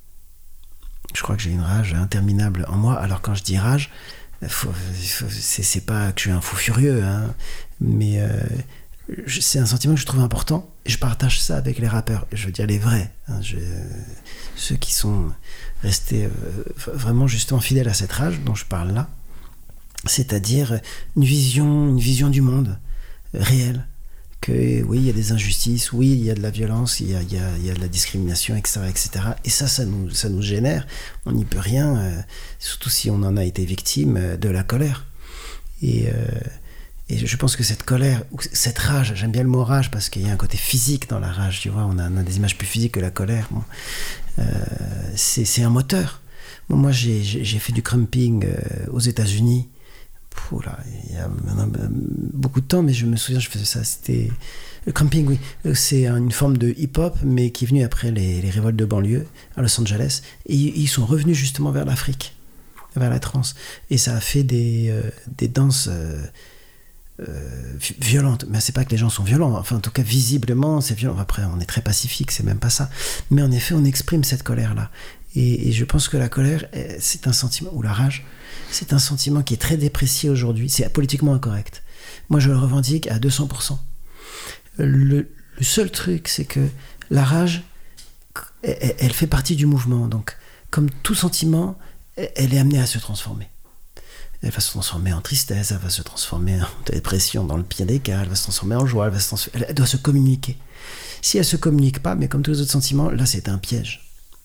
Je crois que j'ai une rage interminable en moi. Alors quand je dis rage, faut, faut, c'est, c'est pas que je suis un fou furieux, hein, mais euh, je, c'est un sentiment que je trouve important. Et je partage ça avec les rappeurs. Je veux dire les vrais, hein, je, ceux qui sont restés euh, vraiment justement fidèles à cette rage dont je parle là, c'est-à-dire une vision, une vision du monde euh, réelle, que oui, il y a des injustices, oui, il y a de la violence, il y a, il y a, il y a de la discrimination, et cetera, et cetera. Et ça, ça nous, ça nous génère, on n'y peut rien, euh, surtout si on en a été victime, euh, de la colère. Et, euh, et je pense que cette colère, ou cette rage, j'aime bien le mot rage parce qu'il y a un côté physique dans la rage, tu vois, on a, on a des images plus physiques que la colère. Bon. Euh, c'est, c'est un moteur. Bon, moi, j'ai, j'ai fait du crumping euh, aux États-Unis. Pouh, là, il y a beaucoup de temps, mais je me souviens, je faisais ça. C'était le crumping, oui. C'est une forme de hip-hop, mais qui est venu après les, les révoltes de banlieue à Los Angeles. Et ils sont revenus justement vers l'Afrique, vers la trance. Et ça a fait des, euh, des danses euh, euh, violentes. Mais c'est pas que les gens sont violents. Enfin, en tout cas, visiblement, c'est violent. Après, on est très pacifique, c'est même pas ça. Mais en effet, on exprime cette colère-là. Et, et je pense que la colère, c'est un sentiment, ou la rage, c'est un sentiment qui est très déprécié aujourd'hui. C'est politiquement incorrect. Moi, je le revendique à deux cents pour cent. Le, le seul truc, c'est que la rage, elle, elle fait partie du mouvement. Donc, comme tout sentiment, elle est amenée à se transformer. Elle va se transformer en tristesse, elle va se transformer en dépression dans le pire des cas, elle va se transformer en joie, elle, va se elle doit se communiquer. Si elle ne se communique pas, mais comme tous les autres sentiments, là, c'est un piège.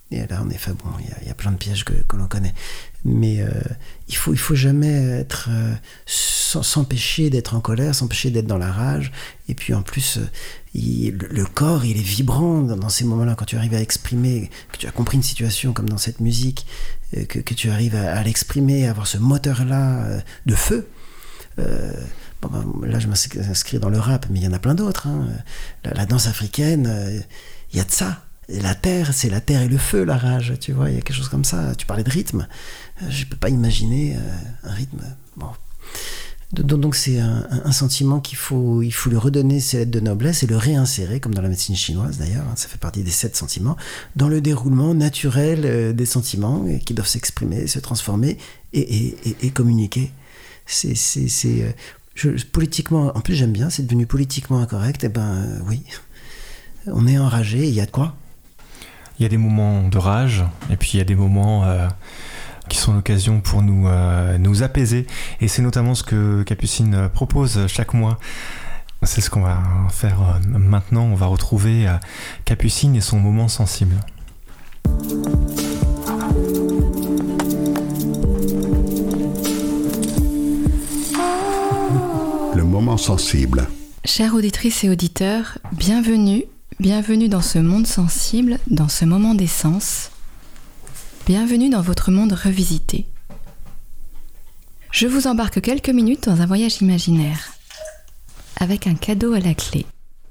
Et là, en effet, bon, il y, y a plein de pièges que, que l'on connaît. Mais euh, il faut, il faut jamais être euh, s'empêcher d'être en colère, s'empêcher d'être dans la rage. Et puis en plus, euh, il, le, le corps, il est vibrant dans, dans ces moments-là. Quand tu arrives à exprimer, que tu as compris une situation comme dans cette musique, euh, que, que tu arrives à, à l'exprimer, à avoir ce moteur-là euh, de feu. Euh, bon, ben, là, je m'inscris dans le rap, mais il y en a plein d'autres. Hein. La, la danse africaine, euh, il y a de ça. Et la terre, c'est la terre et le feu, la rage, tu vois, il y a quelque chose comme ça. Tu parlais de rythme, je peux pas imaginer euh, un rythme. Bon. Donc c'est un, un sentiment qu'il faut, il faut lui redonner ses lettres de noblesse et le réinsérer, comme dans la médecine chinoise d'ailleurs, ça fait partie des sept sentiments, dans le déroulement naturel euh, des sentiments qui doivent s'exprimer, se transformer et, et, et, et communiquer. C'est, c'est, c'est, euh, je, politiquement, en plus j'aime bien, c'est devenu politiquement incorrect, et ben euh, oui, on est enragé, il y a de quoi. Il y a des moments de rage, et puis il y a des moments euh, qui sont l'occasion pour nous, euh, nous apaiser. Et c'est notamment ce que Capucine propose chaque mois. C'est ce qu'on va faire euh, maintenant. On va retrouver euh, Capucine et son moment sensible. Le moment sensible. Chères auditrices et auditeurs, bienvenue. Bienvenue dans ce monde sensible, dans ce moment d'essence. Bienvenue dans votre monde revisité. Je vous embarque quelques minutes dans un voyage imaginaire, avec un cadeau à la clé.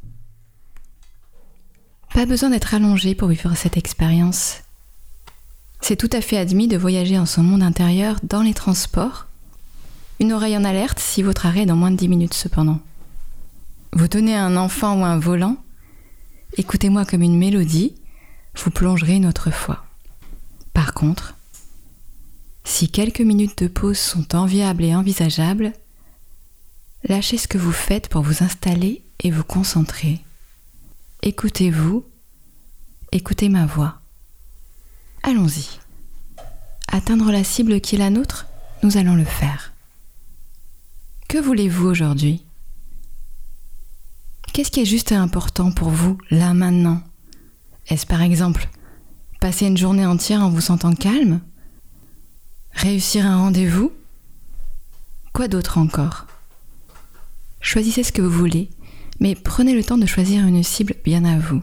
Pas besoin d'être allongé pour vivre cette expérience. C'est tout à fait admis de voyager en son monde intérieur dans les transports. Une oreille en alerte si votre arrêt est dans moins de dix minutes cependant. Vous tenez un enfant ou un volant. Écoutez-moi comme une mélodie, vous plongerez une autre fois. Par contre, si quelques minutes de pause sont enviables et envisageables, lâchez ce que vous faites pour vous installer et vous concentrer. Écoutez-vous, écoutez ma voix. Allons-y. Atteindre la cible qui est la nôtre, nous allons le faire. Que voulez-vous aujourd'hui ? Qu'est-ce qui est juste et important pour vous, là, maintenant ? Est-ce par exemple passer une journée entière en vous sentant calme ? Réussir un rendez-vous ? Quoi d'autre encore ? Choisissez ce que vous voulez, mais prenez le temps de choisir une cible bien à vous.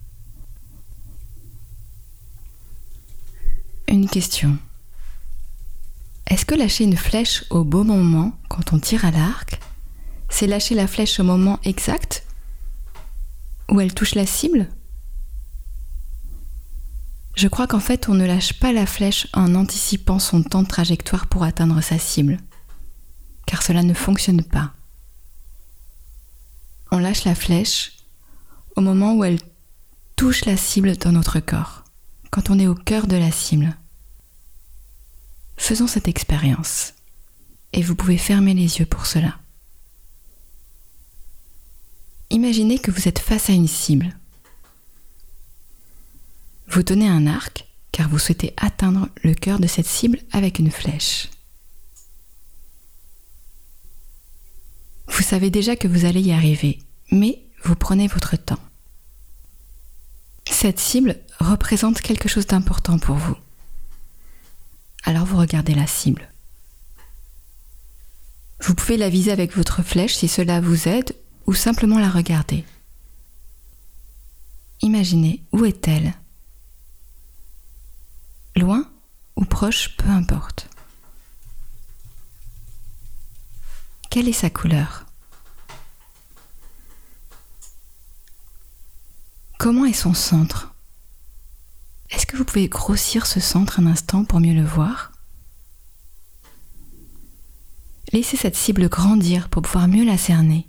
Une question. Est-ce que lâcher une flèche au bon moment, quand on tire à l'arc, c'est lâcher la flèche au moment exact ? Où elle touche la cible ? Je crois qu'en fait, on ne lâche pas la flèche en anticipant son temps de trajectoire pour atteindre sa cible, car cela ne fonctionne pas. On lâche la flèche au moment où elle touche la cible dans notre corps, quand on est au cœur de la cible. Faisons cette expérience, et vous pouvez fermer les yeux pour cela. Imaginez que vous êtes face à une cible. Vous tenez un arc car vous souhaitez atteindre le cœur de cette cible avec une flèche. Vous savez déjà que vous allez y arriver, mais vous prenez votre temps. Cette cible représente quelque chose d'important pour vous. Alors vous regardez la cible. Vous pouvez la viser avec votre flèche si cela vous aide, ou simplement la regarder. Imaginez, où est-elle ? Loin ou proche, peu importe. Quelle est sa couleur ? Comment est son centre ? Est-ce que vous pouvez grossir ce centre un instant pour mieux le voir ? Laissez cette cible grandir pour pouvoir mieux la cerner.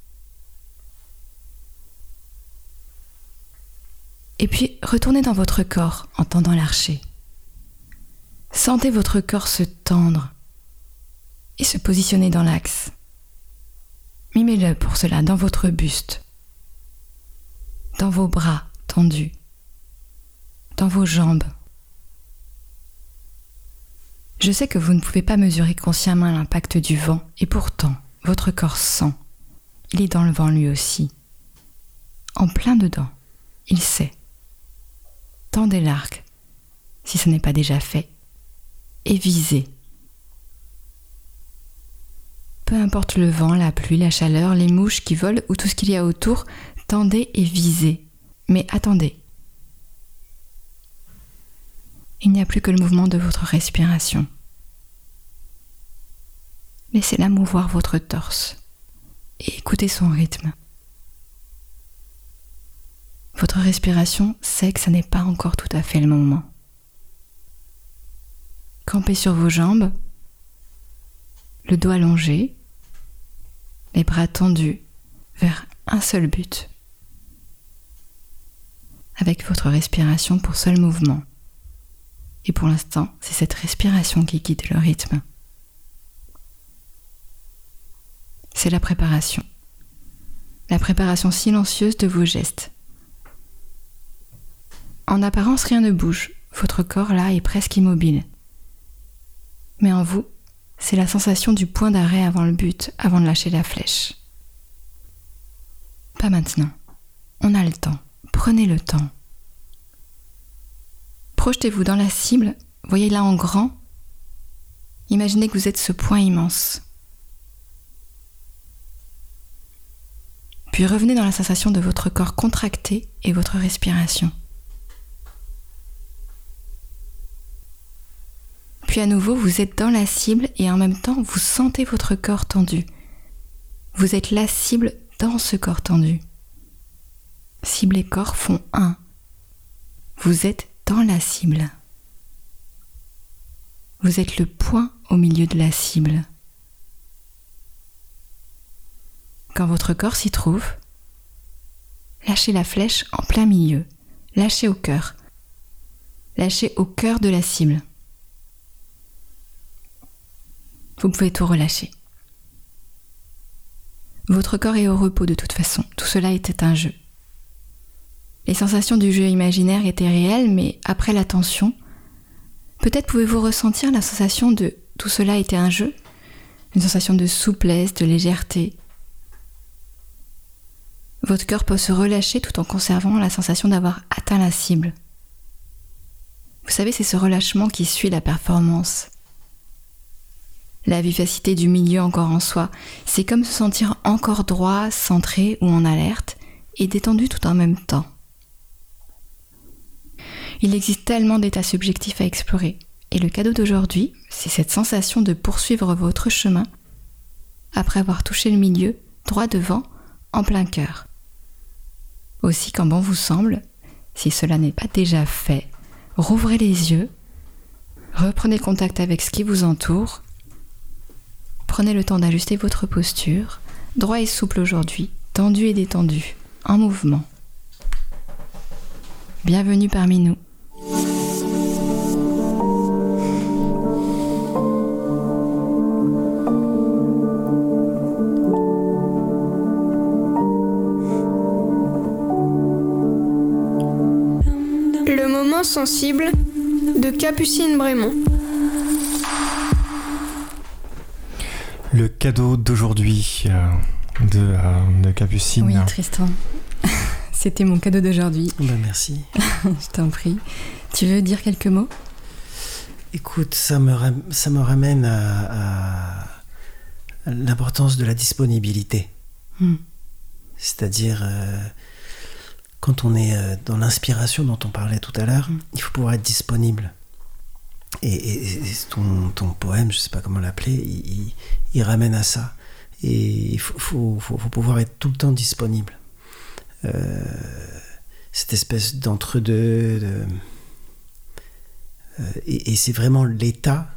Et puis, retournez dans votre corps en tendant l'archet. Sentez votre corps se tendre et se positionner dans l'axe. Mimez-le pour cela dans votre buste, dans vos bras tendus, dans vos jambes. Je sais que vous ne pouvez pas mesurer consciemment l'impact du vent, et pourtant, votre corps sent. Il est dans le vent lui aussi. En plein dedans, il sait. Tendez l'arc si ce n'est pas déjà fait, et visez. Peu importe le vent, la pluie, la chaleur, les mouches qui volent ou tout ce qu'il y a autour, tendez et visez. Mais attendez. Il n'y a plus que le mouvement de votre respiration. Laissez-la mouvoir votre torse et écoutez son rythme. Votre respiration sait que ce n'est pas encore tout à fait le moment. Campez sur vos jambes, le dos allongé, les bras tendus vers un seul but, avec votre respiration pour seul mouvement. Et pour l'instant, c'est cette respiration qui guide le rythme. C'est la préparation. La préparation silencieuse de vos gestes. En apparence, rien ne bouge. Votre corps, là, est presque immobile. Mais en vous, c'est la sensation du point d'arrêt avant le but, avant de lâcher la flèche. Pas maintenant. On a le temps. Prenez le temps. Projetez-vous dans la cible, voyez-la en grand. Imaginez que vous êtes ce point immense. Puis revenez dans la sensation de votre corps contracté et votre respiration. Puis à nouveau, vous êtes dans la cible et en même temps, vous sentez votre corps tendu. Vous êtes la cible dans ce corps tendu. Cible et corps font un. Vous êtes dans la cible. Vous êtes le point au milieu de la cible. Quand votre corps s'y trouve, lâchez la flèche en plein milieu. Lâchez au cœur. Lâchez au cœur de la cible. Vous pouvez tout relâcher. Votre corps est au repos de toute façon. Tout cela était un jeu. Les sensations du jeu imaginaire étaient réelles, mais après la tension, peut-être pouvez-vous ressentir la sensation de « tout cela était un jeu », une sensation de souplesse, de légèreté. Votre cœur peut se relâcher tout en conservant la sensation d'avoir atteint la cible. Vous savez, c'est ce relâchement qui suit la performance. La vivacité du milieu encore en soi, c'est comme se sentir encore droit, centré ou en alerte, et détendu tout en même temps. Il existe tellement d'états subjectifs à explorer, et le cadeau d'aujourd'hui, c'est cette sensation de poursuivre votre chemin après avoir touché le milieu, droit devant, en plein cœur. Aussi, quand bon vous semble, si cela n'est pas déjà fait, rouvrez les yeux, reprenez contact avec ce qui vous entoure, prenez le temps d'ajuster votre posture, droit et souple aujourd'hui, tendu et détendu, en mouvement. Bienvenue parmi nous. Le moment sensible de Capucine Brémond. Le cadeau d'aujourd'hui euh, de, euh, de Capucine. Oui, Tristan. C'était mon cadeau d'aujourd'hui. Ben merci. Je t'en prie. Tu veux dire quelques mots ? Écoute, ça me, ram- ça me ramène à, à l'importance de la disponibilité. Hmm. C'est-à-dire, euh, quand on est euh, dans l'inspiration dont on parlait tout à l'heure, Hmm. il faut pouvoir être disponible. Et, et, et ton, ton poème, je ne sais pas comment l'appeler, il, il, il ramène à ça. Et il faut, faut, faut, faut pouvoir être tout le temps disponible. Euh, cette espèce d'entre-deux de, euh, et, et c'est vraiment l'état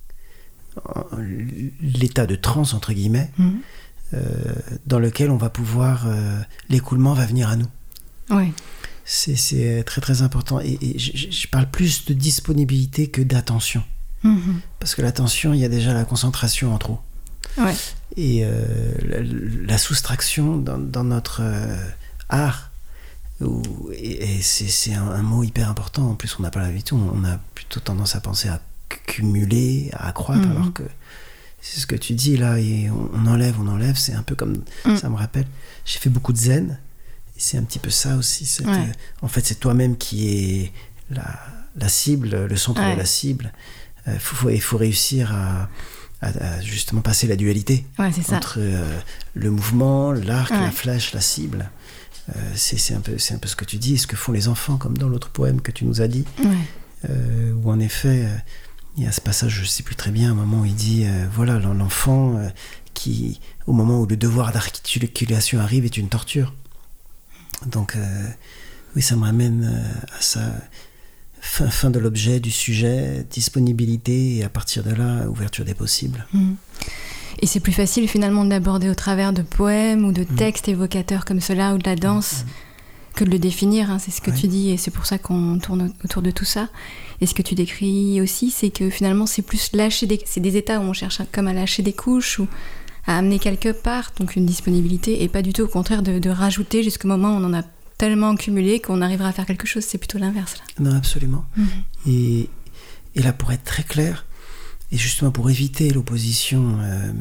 l'état de transe entre guillemets mmh. euh, dans lequel on va pouvoir euh, l'écoulement va venir à nous. Ouais. C'est, c'est très très important et, et je, je parle plus de disponibilité que d'attention. Mmh. Parce que l'attention, il y a déjà la concentration en trop. Ouais. Et euh, la, la soustraction dans, dans notre euh, art, où, et, et c'est, c'est un, un mot hyper important. En plus, on n'a pas l'habitude, on a plutôt tendance à penser à cumuler, à accroître, mmh. alors que c'est ce que tu dis là, et on, on enlève, on enlève, c'est un peu comme, mmh. ça me rappelle, j'ai fait beaucoup de zen, et c'est un petit peu ça aussi, cette, ouais. euh, en fait c'est toi-même qui est la, la cible, le centre ouais. de la cible. Il euh, faut, faut réussir à, à, à justement passer la dualité ouais, c'est ça. entre euh, le mouvement, l'arc, ouais. la flèche, la cible. Euh, c'est, c'est, un peu, c'est un peu ce que tu dis, ce que font les enfants, comme dans l'autre poème que tu nous as dit, ouais. euh, où en effet, euh, il y a ce passage, je ne sais plus très bien, un moment où il dit, euh, voilà, l'enfant euh, qui, au moment où le devoir d'articulation arrive, est une torture. Donc, euh, oui, ça me ramène euh, à ça. Fin, fin de l'objet, du sujet, disponibilité, et à partir de là, ouverture des possibles. Mmh. Et c'est plus facile finalement de l'aborder au travers de poèmes ou de textes mmh. évocateurs comme cela, ou de la danse, mmh. que de le définir, hein, c'est ce que ouais. tu dis, et c'est pour ça qu'on tourne autour de tout ça. Et ce que tu décris aussi, c'est que finalement c'est plus lâcher des, c'est des états où on cherche comme à lâcher des couches, ou à amener quelque part, donc une disponibilité, et pas du tout au contraire de, de rajouter jusqu'au moment où on en a tellement cumulé qu'on arrivera à faire quelque chose. C'est plutôt l'inverse là. Non, absolument. Mmh. Et, et là, pour être très clair, et justement pour éviter l'opposition euh,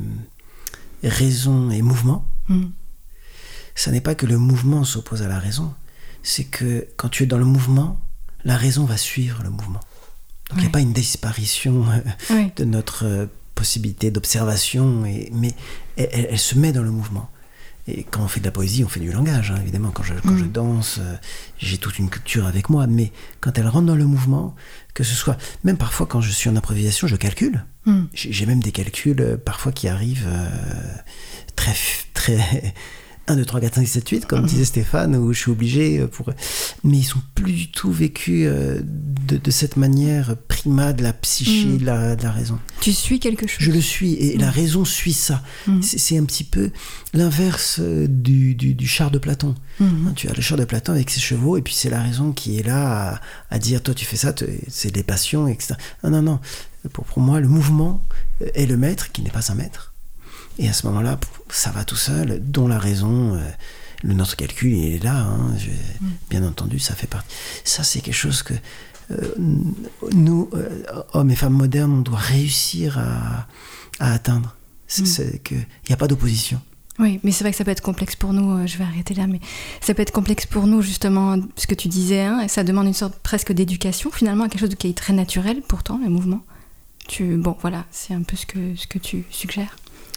raison et mouvement, mmh. ça n'est pas que le mouvement s'oppose à la raison, c'est que quand tu es dans le mouvement, la raison va suivre le mouvement. Donc il ouais. n'y a pas une disparition euh, ouais. de notre euh, possibilité d'observation, et, mais elle, elle, elle se met dans le mouvement. Et quand on fait de la poésie, on fait du langage, hein, évidemment. Quand je, quand mmh. je danse, euh, j'ai toute une culture avec moi. Mais quand elle rentre dans le mouvement, que ce soit... Même parfois, quand je suis en improvisation, je calcule. Mmh. J'ai, j'ai même des calculs, euh, parfois, qui arrivent euh, très... très un, deux, trois, quatre, cinq, sept, huit, comme mmh. disait Stéphane, où je suis obligé pour... Mais ils sont plus du tout vécus euh, de, de cette manière prima de la psyché, mmh. de, la, de la raison. Tu suis quelque chose. Je le suis, et mmh. la raison suit ça. Mmh. C'est, c'est un petit peu l'inverse du, du, du char de Platon. Mmh. Hein, tu as le char de Platon avec ses chevaux, et puis c'est la raison qui est là à, à dire, toi tu fais ça, c'est des passions, et cetera. Non, non, non. Pour, pour moi, le mouvement est le maître, qui n'est pas un maître. Et à ce moment-là, ça va tout seul, dont la raison, euh, le, notre calcul, il est là. Hein, je, mmh. Bien entendu, ça fait partie. Ça, c'est quelque chose que euh, nous, euh, hommes et femmes modernes, on doit réussir à, à atteindre. C'est, mmh. c'est que il n'y a pas d'opposition. Oui, mais c'est vrai que ça peut être complexe pour nous. Euh, je vais arrêter là, mais ça peut être complexe pour nous, justement, ce que tu disais. Hein, et ça demande une sorte presque d'éducation, finalement, à quelque chose qui est très naturel, pourtant, le mouvement. Tu, bon, voilà, c'est un peu ce que, ce que tu suggères.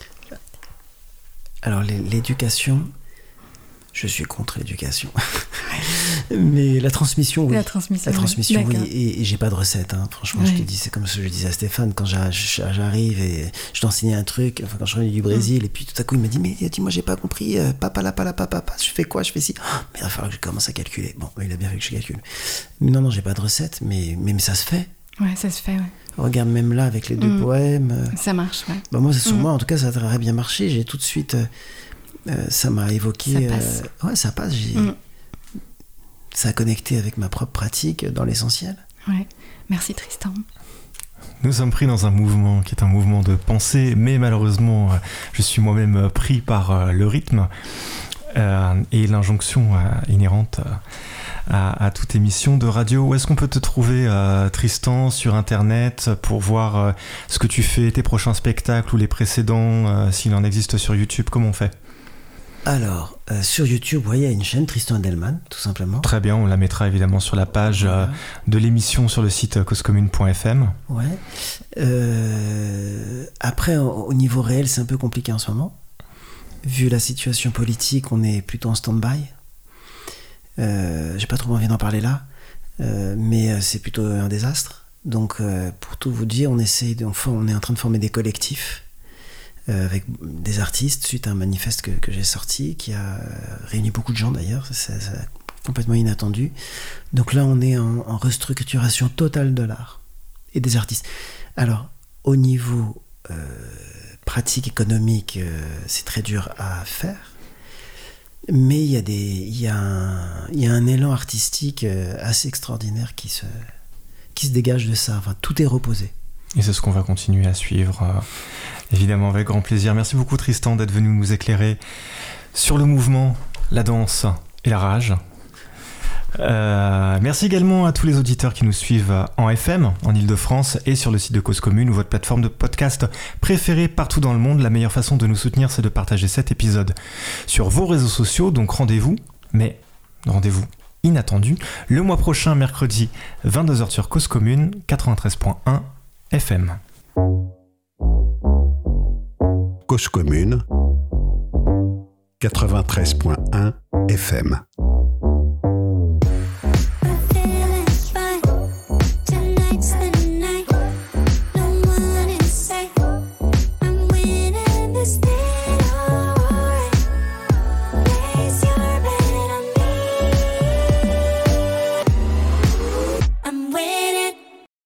Alors l'éducation, je suis contre l'éducation, mais la transmission, oui. La transmission, la transmission, oui. oui. Et, et j'ai pas de recette, hein. Franchement, oui. je te dis, c'est comme ce que je disais à Stéphane quand j'arrive et je t'enseignais un truc, enfin quand je revenais du Brésil, mm. et puis tout à coup il m'a dit, mais dis-moi, j'ai pas compris, euh, papa là, papa là, papa, papa, je fais quoi, je fais ci, oh, mais il va falloir que je commence à calculer. Bon, il a bien fait que je calcule. Mais non, non, j'ai pas de recette, mais, mais, mais ça se fait. Ouais, ça se fait, ouais. Regarde, même là, avec les deux mmh. poèmes. Ça marche, ouais. Bah moi, sur mmh. moi, en tout cas, ça a très bien marché. J'ai tout de suite. Euh, euh, ça m'a évoqué. Ça passe. Euh, ouais, ça passe. J'ai, mmh. Ça a connecté avec ma propre pratique dans l'essentiel. Ouais. Merci, Tristan. Nous sommes pris dans un mouvement qui est un mouvement de pensée, mais malheureusement, je suis moi-même pris par le rythme euh, et l'injonction euh, inhérente. Euh, À, à toute émission de radio. Où est-ce qu'on peut te trouver, euh, Tristan, sur Internet, pour voir euh, ce que tu fais, tes prochains spectacles ou les précédents, euh, s'il en existe sur YouTube, comment on fait? Alors, euh, sur YouTube, ouais, il y a une chaîne, Tristan Edelman, tout simplement. Très bien, on la mettra évidemment sur la page euh, de l'émission sur le site cause commune point f m. Ouais. Euh, après, au, au niveau réel, c'est un peu compliqué en ce moment. Vu la situation politique, on est plutôt en stand-by. Euh, j'ai pas trop envie d'en parler là, euh, mais c'est plutôt un désastre. Donc, euh, pour tout vous dire, on essaye de, enfin, on est en train de former des collectifs euh, avec des artistes suite à un manifeste que, que j'ai sorti, qui a réuni beaucoup de gens d'ailleurs. C'est, c'est complètement inattendu. Donc là, on est en, en restructuration totale de l'art et des artistes. Alors, au niveau euh, pratique économique, euh, c'est très dur à faire. Mais il y a des, il y a un, il y a un élan artistique assez extraordinaire qui se, qui se dégage de ça. Enfin, tout est reposé. Et c'est ce qu'on va continuer à suivre, euh, évidemment avec grand plaisir. Merci beaucoup Tristan d'être venu nous éclairer sur le mouvement, la danse et la rage. Euh, merci également à tous les auditeurs qui nous suivent en F M, en Ile-de-France et sur le site de Cause Commune ou votre plateforme de podcast préférée partout dans le monde. La meilleure façon de nous soutenir, c'est de partager cet épisode sur vos réseaux sociaux, donc rendez-vous, mais rendez-vous inattendus. Le mois prochain, mercredi, vingt-deux heures sur Cause Commune, quatre-vingt-treize point un F M. Cause Commune, quatre-vingt-treize point un F M.